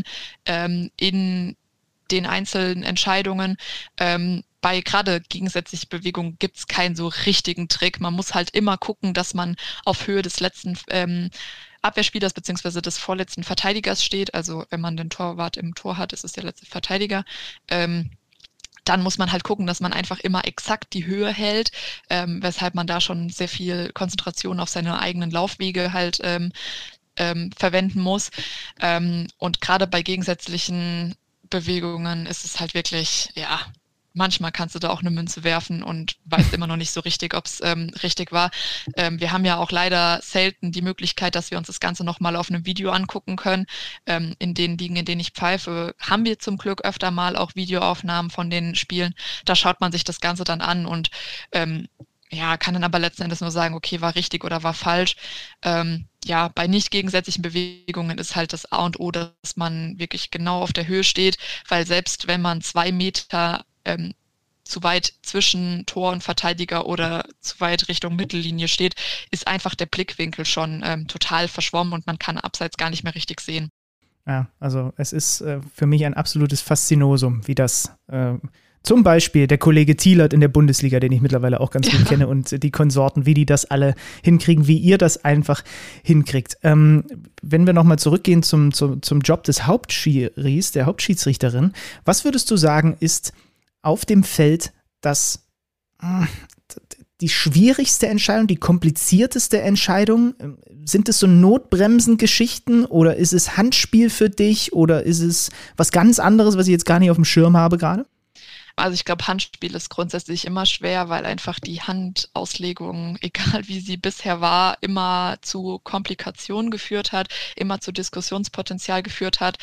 in den einzelnen Entscheidungen. Bei gerade gegensätzlichen Bewegungen gibt es keinen so richtigen Trick. Man muss halt immer gucken, dass man auf Höhe des letzten Abwehrspielers beziehungsweise des vorletzten Verteidigers steht. Also wenn man den Torwart im Tor hat, ist es der letzte Verteidiger. Dann muss man halt gucken, dass man einfach immer exakt die Höhe hält, weshalb man da schon sehr viel Konzentration auf seine eigenen Laufwege halt verwenden muss. Und gerade bei gegensätzlichen Bewegungen ist es halt wirklich, ja, manchmal kannst du da auch eine Münze werfen und weißt immer noch nicht so richtig, ob es richtig war. Wir haben ja auch leider selten die Möglichkeit, dass wir uns das Ganze nochmal auf einem Video angucken können. In den Ligen, in denen ich pfeife, haben wir zum Glück öfter mal auch Videoaufnahmen von den Spielen. Da schaut man sich das Ganze dann an und kann dann aber letzten Endes nur sagen, okay, war richtig oder war falsch. Bei nicht gegensätzlichen Bewegungen ist halt das A und O, dass man wirklich genau auf der Höhe steht, weil selbst wenn man 2 Meter zu weit zwischen Tor und Verteidiger oder zu weit Richtung Mittellinie steht, ist einfach der Blickwinkel schon total verschwommen und man kann abseits gar nicht mehr richtig sehen. Ja, also es ist für mich ein absolutes Faszinosum, wie das zum Beispiel der Kollege Thielert in der Bundesliga, den ich mittlerweile auch ganz gut kenne, und die Konsorten, wie die das alle hinkriegen, wie ihr das einfach hinkriegt. Wenn wir nochmal zurückgehen zum Job des Hauptschiris, der Hauptschiedsrichterin, was würdest du sagen, ist auf dem Feld die schwierigste Entscheidung, die komplizierteste Entscheidung? Sind es so Notbremsengeschichten oder ist es Handspiel für dich oder ist es was ganz anderes, was ich jetzt gar nicht auf dem Schirm habe gerade? Also ich glaube, Handspiel ist grundsätzlich immer schwer, weil einfach die Handauslegung, egal wie sie bisher war, immer zu Komplikationen geführt hat, immer zu Diskussionspotenzial geführt hat.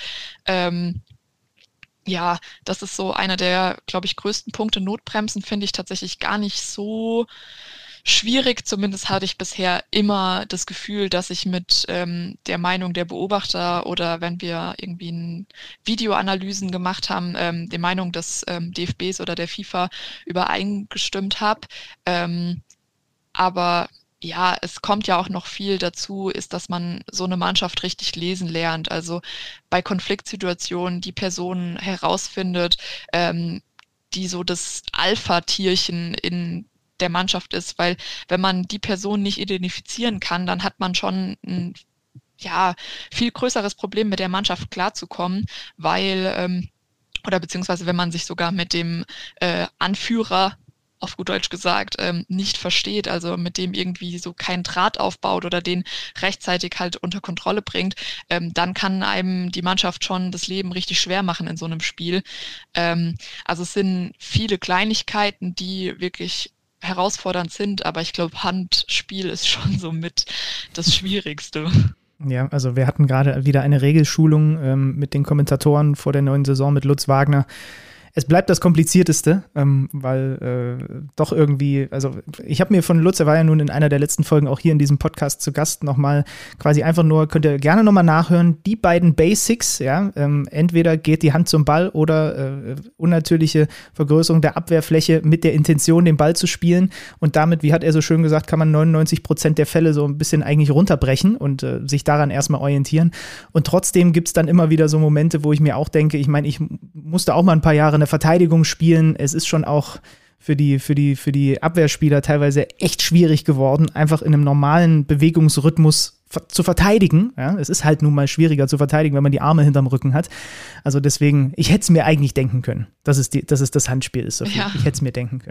Das ist so einer der, glaube ich, größten Punkte. Notbremsen finde ich tatsächlich gar nicht so schwierig. Zumindest hatte ich bisher immer das Gefühl, dass ich mit der Meinung der Beobachter oder wenn wir irgendwie Videoanalysen gemacht haben, die Meinung des DFBs oder der FIFA übereingestimmt habe. Aber ja, es kommt ja auch noch viel dazu, ist, dass man so eine Mannschaft richtig lesen lernt. Also bei Konfliktsituationen die Person herausfindet, die so das Alpha-Tierchen in der Mannschaft ist, weil wenn man die Person nicht identifizieren kann, dann hat man schon ein viel größeres Problem, mit der Mannschaft klarzukommen, weil oder beziehungsweise wenn man sich sogar mit dem Anführer, auf gut Deutsch gesagt, nicht versteht, also mit dem irgendwie so keinen Draht aufbaut oder den rechtzeitig halt unter Kontrolle bringt, dann kann einem die Mannschaft schon das Leben richtig schwer machen in so einem Spiel. Also es sind viele Kleinigkeiten, die wirklich herausfordernd sind, aber ich glaube, Handspiel ist schon so mit das Schwierigste. Ja, also wir hatten gerade wieder eine Regelschulung mit den Kommentatoren vor der neuen Saison mit Lutz Wagner. Es bleibt das Komplizierteste, weil doch irgendwie, also ich habe mir von Lutz, er war ja nun in einer der letzten Folgen auch hier in diesem Podcast zu Gast, nochmal quasi einfach nur, könnt ihr gerne nochmal nachhören, die beiden Basics, ja, entweder geht die Hand zum Ball oder unnatürliche Vergrößerung der Abwehrfläche mit der Intention, den Ball zu spielen und damit, wie hat er so schön gesagt, kann man 99% der Fälle so ein bisschen eigentlich runterbrechen und sich daran erstmal orientieren und trotzdem gibt es dann immer wieder so Momente, wo ich mir auch denke, ich meine, ich musste auch mal ein paar Jahre in der Verteidigung spielen. Es ist schon auch für die Abwehrspieler teilweise echt schwierig geworden, einfach in einem normalen Bewegungsrhythmus zu verteidigen. Ja, es ist halt nun mal schwieriger zu verteidigen, wenn man die Arme hinterm Rücken hat. Also deswegen, ich hätte es mir eigentlich denken können, dass es das Handspiel ist. Sophie. Ja. Ich hätte es mir denken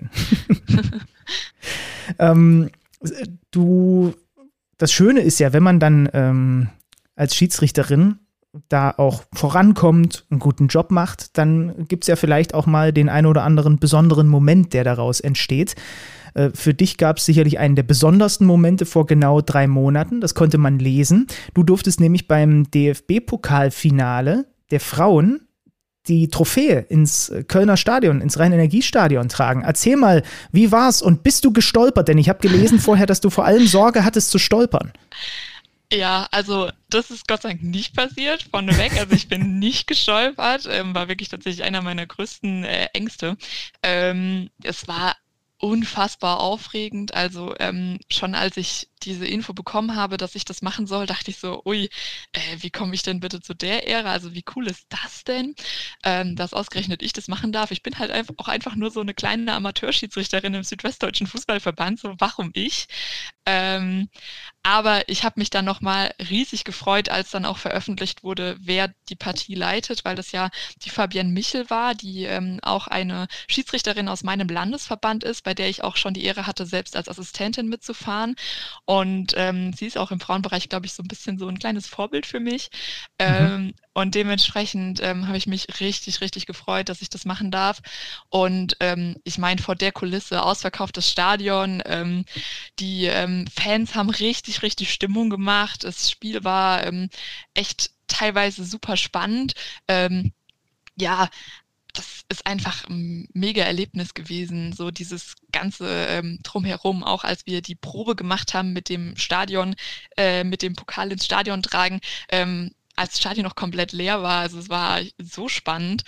können. Das Schöne ist ja, wenn man dann als Schiedsrichterin da auch vorankommt, einen guten Job macht, dann gibt es ja vielleicht auch mal den einen oder anderen besonderen Moment, der daraus entsteht. Für dich gab es sicherlich einen der besondersten Momente vor genau 3 Monaten. Das konnte man lesen. Du durftest nämlich beim DFB-Pokalfinale der Frauen die Trophäe ins Kölner Stadion, ins Rhein-Energie-Stadion tragen. Erzähl mal, wie war's und bist du gestolpert? Denn ich habe gelesen vorher, dass du vor allem Sorge hattest zu stolpern. Ja, also das ist Gott sei Dank nicht passiert, vorneweg. Also ich bin nicht gestolpert, war wirklich tatsächlich einer meiner größten Ängste. Es war unfassbar aufregend. Also schon als ich diese Info bekommen habe, dass ich das machen soll, dachte ich so, ui, wie komme ich denn bitte zu der Ehre? Also wie cool ist das denn, dass ausgerechnet ich das machen darf? Ich bin halt einfach nur so eine kleine Amateurschiedsrichterin im Südwestdeutschen Fußballverband, so warum ich? Aber ich habe mich dann nochmal riesig gefreut, als dann auch veröffentlicht wurde, wer die Partie leitet, weil das ja die Fabienne Michel war, die auch eine Schiedsrichterin aus meinem Landesverband ist, bei der ich auch schon die Ehre hatte, selbst als Assistentin mitzufahren. Und sie ist auch im Frauenbereich, glaube ich, so ein bisschen so ein kleines Vorbild für mich. Und dementsprechend habe ich mich richtig, richtig gefreut, dass ich das machen darf. Und ich meine, vor der Kulisse, ausverkauftes Stadion, die Fans haben richtig, richtig Stimmung gemacht. Das Spiel war echt teilweise super spannend. Ja, das ist einfach ein mega Erlebnis gewesen, so dieses ganze Drumherum, auch als wir die Probe gemacht haben mit dem Stadion, mit dem Pokal ins Stadion tragen, als das Stadion noch komplett leer war. Also es war so spannend.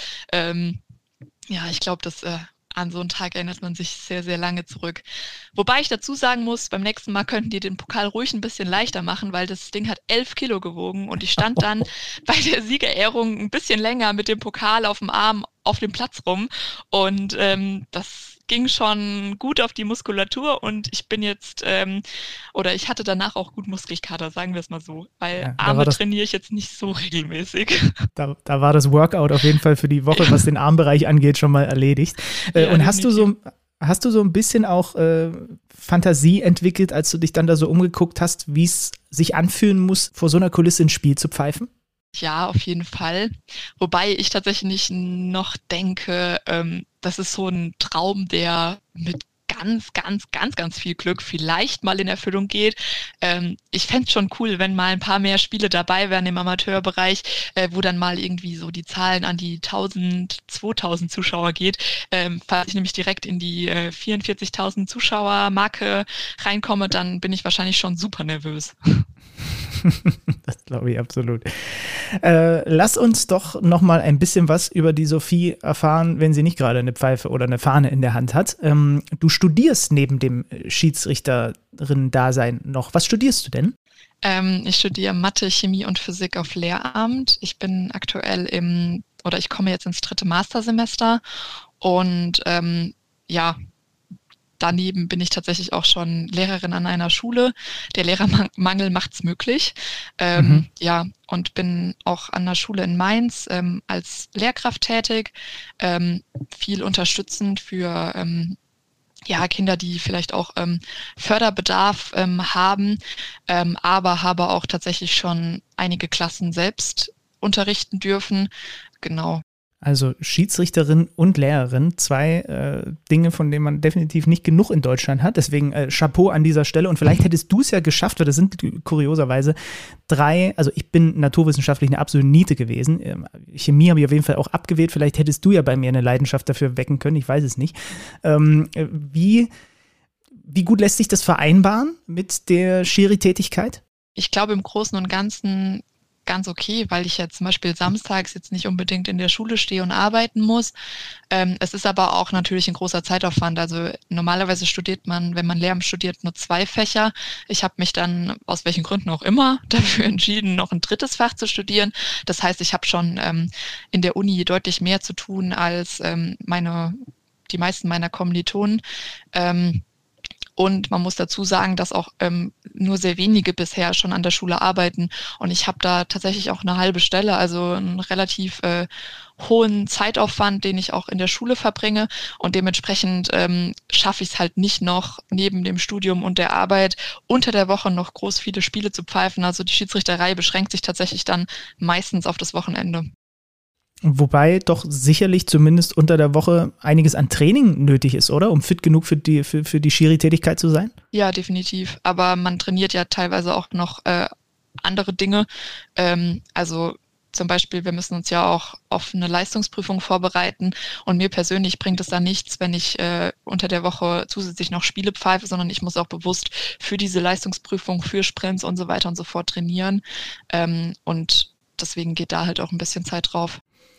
Ja, ich glaube, dass an so einen Tag erinnert man sich sehr, sehr lange zurück. Wobei ich dazu sagen muss, beim nächsten Mal könnten die den Pokal ruhig ein bisschen leichter machen, weil das Ding hat 11 Kilo gewogen und ich stand dann bei der Siegerehrung ein bisschen länger mit dem Pokal auf dem Arm auf dem Platz rum und das ging schon gut auf die Muskulatur und ich bin jetzt, oder ich hatte danach auch gut Muskelkater, sagen wir es mal so, weil Ja, Arme trainiere ich jetzt nicht so regelmäßig. Da war das Workout auf jeden Fall für die Woche, was den Armbereich angeht, schon mal erledigt. Ja, und hast du so ein bisschen auch Fantasie entwickelt, als du dich dann da so umgeguckt hast, wie es sich anfühlen muss, vor so einer Kulisse ins Spiel zu pfeifen? Ja, auf jeden Fall. Wobei ich tatsächlich noch denke, das ist so ein Traum, der mit ganz, ganz, ganz, ganz viel Glück vielleicht mal in Erfüllung geht. Ich fände es schon cool, wenn mal ein paar mehr Spiele dabei wären im Amateurbereich, wo dann mal irgendwie so die Zahlen an die 1000, 2000 Zuschauer geht. Falls ich nämlich direkt in die 44.000 Zuschauer-Marke reinkomme, dann bin ich wahrscheinlich schon super nervös. Das glaube ich absolut. Lass uns doch noch mal ein bisschen was über die Sophie erfahren, wenn sie nicht gerade eine Pfeife oder eine Fahne in der Hand hat. Du studierst neben dem Schiedsrichterin-Dasein noch. Was studierst du denn? Ich studiere Mathe, Chemie und Physik auf Lehramt. Ich bin aktuell ich komme jetzt ins 3. Mastersemester und ja, daneben bin ich tatsächlich auch schon Lehrerin an einer Schule. Der Lehrermangel macht's möglich. Ja, und bin auch an der Schule in Mainz als Lehrkraft tätig, viel unterstützend für Kinder, die vielleicht auch Förderbedarf haben, aber habe auch tatsächlich schon einige Klassen selbst unterrichten dürfen. Genau. Also Schiedsrichterin und Lehrerin, 2 Dinge, von denen man definitiv nicht genug in Deutschland hat. Deswegen Chapeau an dieser Stelle. Und vielleicht hättest du es ja geschafft, weil das sind kurioserweise 3, also ich bin naturwissenschaftlich eine absolute Niete gewesen. Chemie habe ich auf jeden Fall auch abgewählt. Vielleicht hättest du ja bei mir eine Leidenschaft dafür wecken können, ich weiß es nicht. Wie gut lässt sich das vereinbaren mit der Schiri-Tätigkeit? Ich glaube im Großen und Ganzen ganz okay, weil ich ja zum Beispiel samstags jetzt nicht unbedingt in der Schule stehe und arbeiten muss. Es ist aber auch natürlich ein großer Zeitaufwand. Also normalerweise studiert man, wenn man Lehramt studiert, nur 2 Fächer. Ich habe mich dann, aus welchen Gründen auch immer, dafür entschieden, noch ein 3. Fach zu studieren. Das heißt, ich habe schon in der Uni deutlich mehr zu tun als die meisten meiner Kommilitonen. Und man muss dazu sagen, dass auch nur sehr wenige bisher schon an der Schule arbeiten. Und ich habe da tatsächlich auch eine halbe Stelle, also einen relativ hohen Zeitaufwand, den ich auch in der Schule verbringe. Und dementsprechend schaffe ich es halt nicht noch, neben dem Studium und der Arbeit unter der Woche noch groß viele Spiele zu pfeifen. Also die Schiedsrichterei beschränkt sich tatsächlich dann meistens auf das Wochenende. Wobei doch sicherlich zumindest unter der Woche einiges an Training nötig ist, oder? Um fit genug für die Schiri-Tätigkeit zu sein? Ja, definitiv. Aber man trainiert ja teilweise auch noch andere Dinge. Also zum Beispiel, wir müssen uns ja auch auf eine Leistungsprüfung vorbereiten. Und mir persönlich bringt es da nichts, wenn ich unter der Woche zusätzlich noch Spiele pfeife, sondern ich muss auch bewusst für diese Leistungsprüfung, für Sprints und so weiter und so fort trainieren. Und deswegen geht da halt auch ein bisschen Zeit drauf.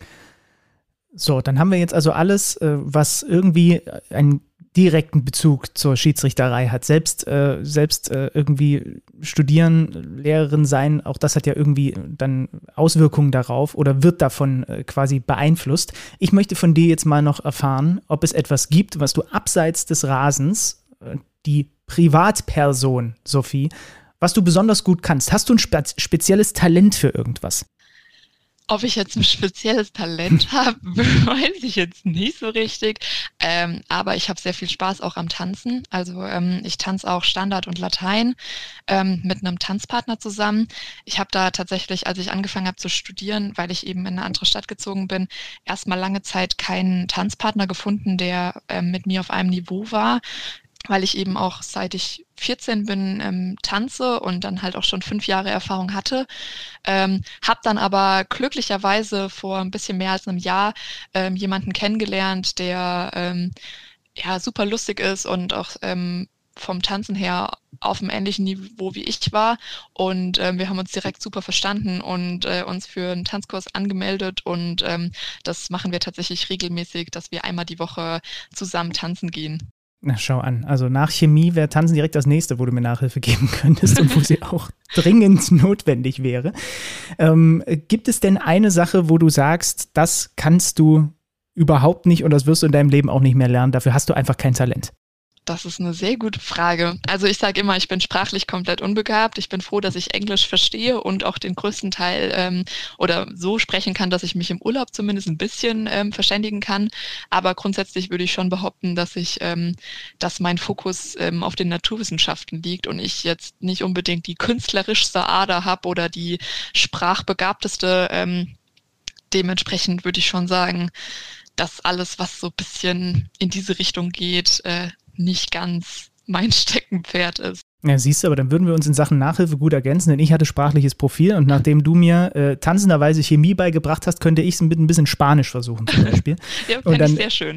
So, dann haben wir jetzt also alles, was irgendwie einen direkten Bezug zur Schiedsrichterei hat. Selbst irgendwie studieren, Lehrerin sein, auch das hat ja irgendwie dann Auswirkungen darauf oder wird davon quasi beeinflusst. Ich möchte von dir jetzt mal noch erfahren, ob es etwas gibt, was du abseits des Rasens, die Privatperson, Sophie, was du besonders gut kannst. Hast du ein spezielles Talent für irgendwas? Ob ich jetzt ein spezielles Talent habe, weiß ich jetzt nicht so richtig. Aber ich habe sehr viel Spaß auch am Tanzen. Also ich tanze auch Standard und Latein mit einem Tanzpartner zusammen. Ich habe da tatsächlich, als ich angefangen habe zu studieren, weil ich eben in eine andere Stadt gezogen bin, erstmal lange Zeit keinen Tanzpartner gefunden, der mit mir auf einem Niveau war, weil ich eben auch seit ich 14 bin tanze und dann halt auch schon 5 Jahre Erfahrung hatte. Habe dann aber glücklicherweise vor ein bisschen mehr als einem Jahr jemanden kennengelernt, der ja super lustig ist und auch vom Tanzen her auf einem ähnlichen Niveau wie ich war. Und wir haben uns direkt super verstanden und uns für einen Tanzkurs angemeldet. Und das machen wir tatsächlich regelmäßig, dass wir einmal die Woche zusammen tanzen gehen. Na, schau an. Also nach Chemie wäre Tanzen direkt das nächste, wo du mir Nachhilfe geben könntest und wo sie auch dringend notwendig wäre. Gibt es denn eine Sache, wo du sagst, das kannst du überhaupt nicht und das wirst du in deinem Leben auch nicht mehr lernen, dafür hast du einfach kein Talent? Das ist eine sehr gute Frage. Also ich sage immer, ich bin sprachlich komplett unbegabt. Ich bin froh, dass ich Englisch verstehe und auch den größten Teil oder so sprechen kann, dass ich mich im Urlaub zumindest ein bisschen verständigen kann. Aber grundsätzlich würde ich schon behaupten, dass mein Fokus auf den Naturwissenschaften liegt und ich jetzt nicht unbedingt die künstlerischste Ader habe oder die sprachbegabteste. Dementsprechend würde ich schon sagen, dass alles, was so ein bisschen in diese Richtung geht, nicht ganz mein Steckenpferd ist. Ja, siehst du, aber dann würden wir uns in Sachen Nachhilfe gut ergänzen, denn ich hatte sprachliches Profil und nachdem du mir tanzenderweise Chemie beigebracht hast, könnte ich es mit ein bisschen Spanisch versuchen zum Beispiel. Ja, fände ich sehr schön.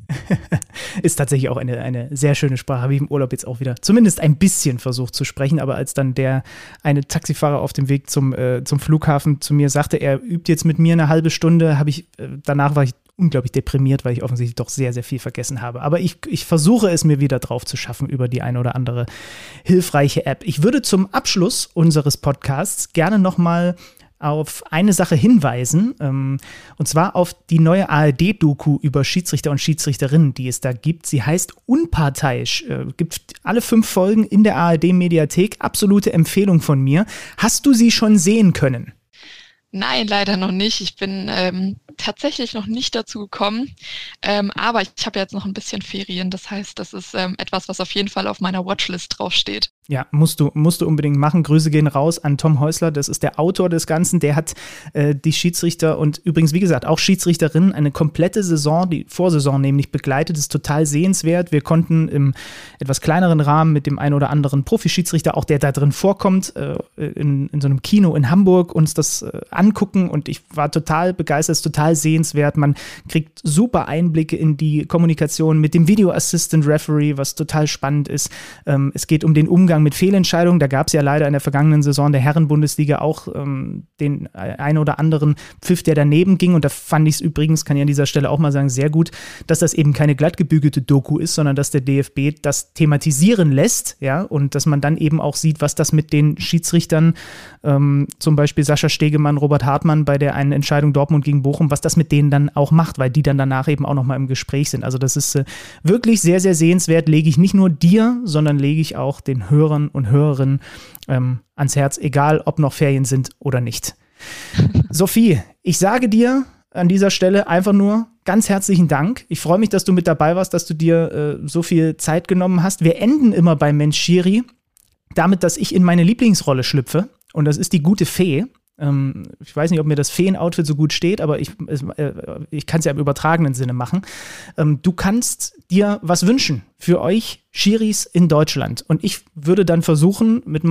Ist tatsächlich auch eine sehr schöne Sprache, habe ich im Urlaub jetzt auch wieder zumindest ein bisschen versucht zu sprechen, aber als dann eine Taxifahrer auf dem Weg zum Flughafen zu mir sagte, er übt jetzt mit mir eine halbe Stunde, danach war ich unglaublich deprimiert, weil ich offensichtlich doch sehr, sehr viel vergessen habe. Aber ich versuche es mir wieder drauf zu schaffen über die eine oder andere hilfreiche App. Ich würde zum Abschluss unseres Podcasts gerne nochmal auf eine Sache hinweisen, und zwar auf die neue ARD-Doku über Schiedsrichter und Schiedsrichterinnen, die es da gibt. Sie heißt Unparteiisch, gibt alle 5 Folgen in der ARD-Mediathek. Absolute Empfehlung von mir. Hast du sie schon sehen können? Nein, leider noch nicht. Ich bin tatsächlich noch nicht dazu gekommen, aber ich habe jetzt noch ein bisschen Ferien. Das heißt, das ist etwas, was auf jeden Fall auf meiner Watchlist draufsteht. Ja, musst du unbedingt machen. Grüße gehen raus an Tom Häusler, das ist der Autor des Ganzen. Der hat die Schiedsrichter und übrigens, wie gesagt, auch Schiedsrichterinnen eine komplette Saison, die Vorsaison nämlich begleitet. Das ist total sehenswert. Wir konnten im etwas kleineren Rahmen mit dem einen oder anderen Profischiedsrichter, auch der da drin vorkommt, in so einem Kino in Hamburg uns das angucken und ich war total begeistert, es ist total sehenswert. Man kriegt super Einblicke in die Kommunikation mit dem Video Assistant Referee, was total spannend ist. Es geht um den Umgang Umgang mit Fehlentscheidungen. Da gab es ja leider in der vergangenen Saison der Herren-Bundesliga auch den ein oder anderen Pfiff, der daneben ging. Und da fand ich es übrigens, kann ich an dieser Stelle auch mal sagen, sehr gut, dass das eben keine glatt gebügelte Doku ist, sondern dass der DFB das thematisieren lässt, ja, und dass man dann eben auch sieht, was das mit den Schiedsrichtern, zum Beispiel Sascha Stegemann, Robert Hartmann bei der einen Entscheidung Dortmund gegen Bochum, was das mit denen dann auch macht, weil die dann danach eben auch nochmal im Gespräch sind. Also das ist wirklich sehr, sehr sehenswert, lege ich nicht nur dir, sondern lege ich auch den Hörern und Hörerinnen ans Herz, egal ob noch Ferien sind oder nicht. Sophie, ich sage dir an dieser Stelle einfach nur ganz herzlichen Dank. Ich freue mich, dass du mit dabei warst, dass du dir so viel Zeit genommen hast. Wir enden immer bei Mensch Schiri damit, dass ich in meine Lieblingsrolle schlüpfe, und das ist die gute Fee. Ich weiß nicht, ob mir das Feen-Outfit so gut steht, aber ich kann es ja im übertragenen Sinne machen. Du kannst dir was wünschen für euch Schiris in Deutschland. Und ich würde dann versuchen, mit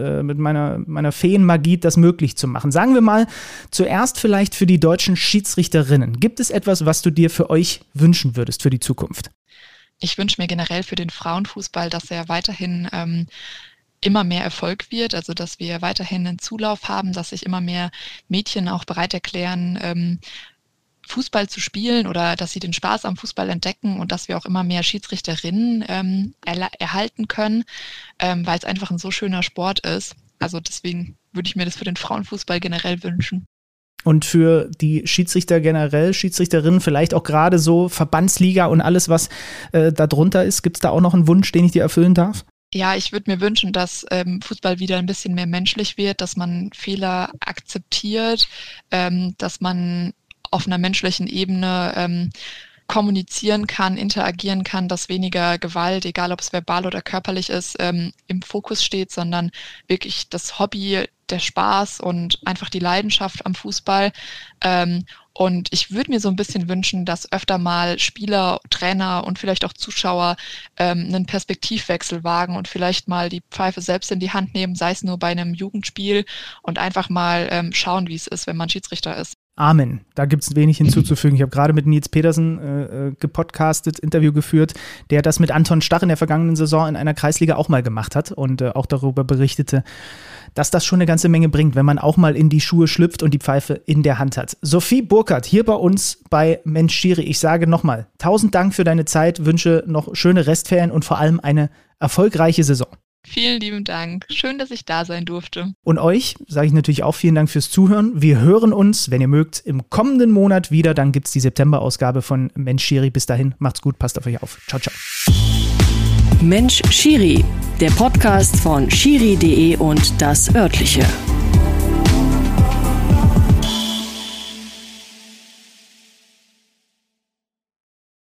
meiner Feenmagie das möglich zu machen. Sagen wir mal, zuerst vielleicht für die deutschen Schiedsrichterinnen. Gibt es etwas, was du dir für euch wünschen würdest für die Zukunft? Ich wünsche mir generell für den Frauenfußball, dass er weiterhin immer mehr Erfolg wird, also dass wir weiterhin einen Zulauf haben, dass sich immer mehr Mädchen auch bereit erklären, Fußball zu spielen oder dass sie den Spaß am Fußball entdecken und dass wir auch immer mehr Schiedsrichterinnen erhalten können, weil es einfach ein so schöner Sport ist. Also deswegen würde ich mir das für den Frauenfußball generell wünschen. Und für die Schiedsrichter generell, Schiedsrichterinnen, vielleicht auch gerade so Verbandsliga und alles, was da drunter ist, gibt es da auch noch einen Wunsch, den ich dir erfüllen darf? Ja, ich würde mir wünschen, dass Fußball wieder ein bisschen mehr menschlich wird, dass man Fehler akzeptiert, dass man auf einer menschlichen Ebene kommunizieren kann, interagieren kann, dass weniger Gewalt, egal ob es verbal oder körperlich ist, im Fokus steht, sondern wirklich das Hobby, der Spaß und einfach die Leidenschaft am Fußball. Und ich würde mir so ein bisschen wünschen, dass öfter mal Spieler, Trainer und vielleicht auch Zuschauer einen Perspektivwechsel wagen und vielleicht mal die Pfeife selbst in die Hand nehmen, sei es nur bei einem Jugendspiel, und einfach mal schauen, wie es ist, wenn man Schiedsrichter ist. Amen. Da gibt es wenig hinzuzufügen. Ich habe gerade mit Nils Petersen gepodcastet, Interview geführt, der das mit Anton Stach in der vergangenen Saison in einer Kreisliga auch mal gemacht hat und auch darüber berichtete, dass das schon eine ganze Menge bringt, wenn man auch mal in die Schuhe schlüpft und die Pfeife in der Hand hat. Sophie Burkhardt hier bei uns bei Mensch Schiri. Ich sage nochmal 1000 Dank für deine Zeit, wünsche noch schöne Restferien und vor allem eine erfolgreiche Saison. Vielen lieben Dank. Schön, dass ich da sein durfte. Und euch sage ich natürlich auch vielen Dank fürs Zuhören. Wir hören uns, wenn ihr mögt, im kommenden Monat wieder. Dann gibt es die September-Ausgabe von Mensch Schiri. Bis dahin, macht's gut, passt auf euch auf. Ciao, ciao. Mensch Schiri, der Podcast von Schiri.de und das Örtliche.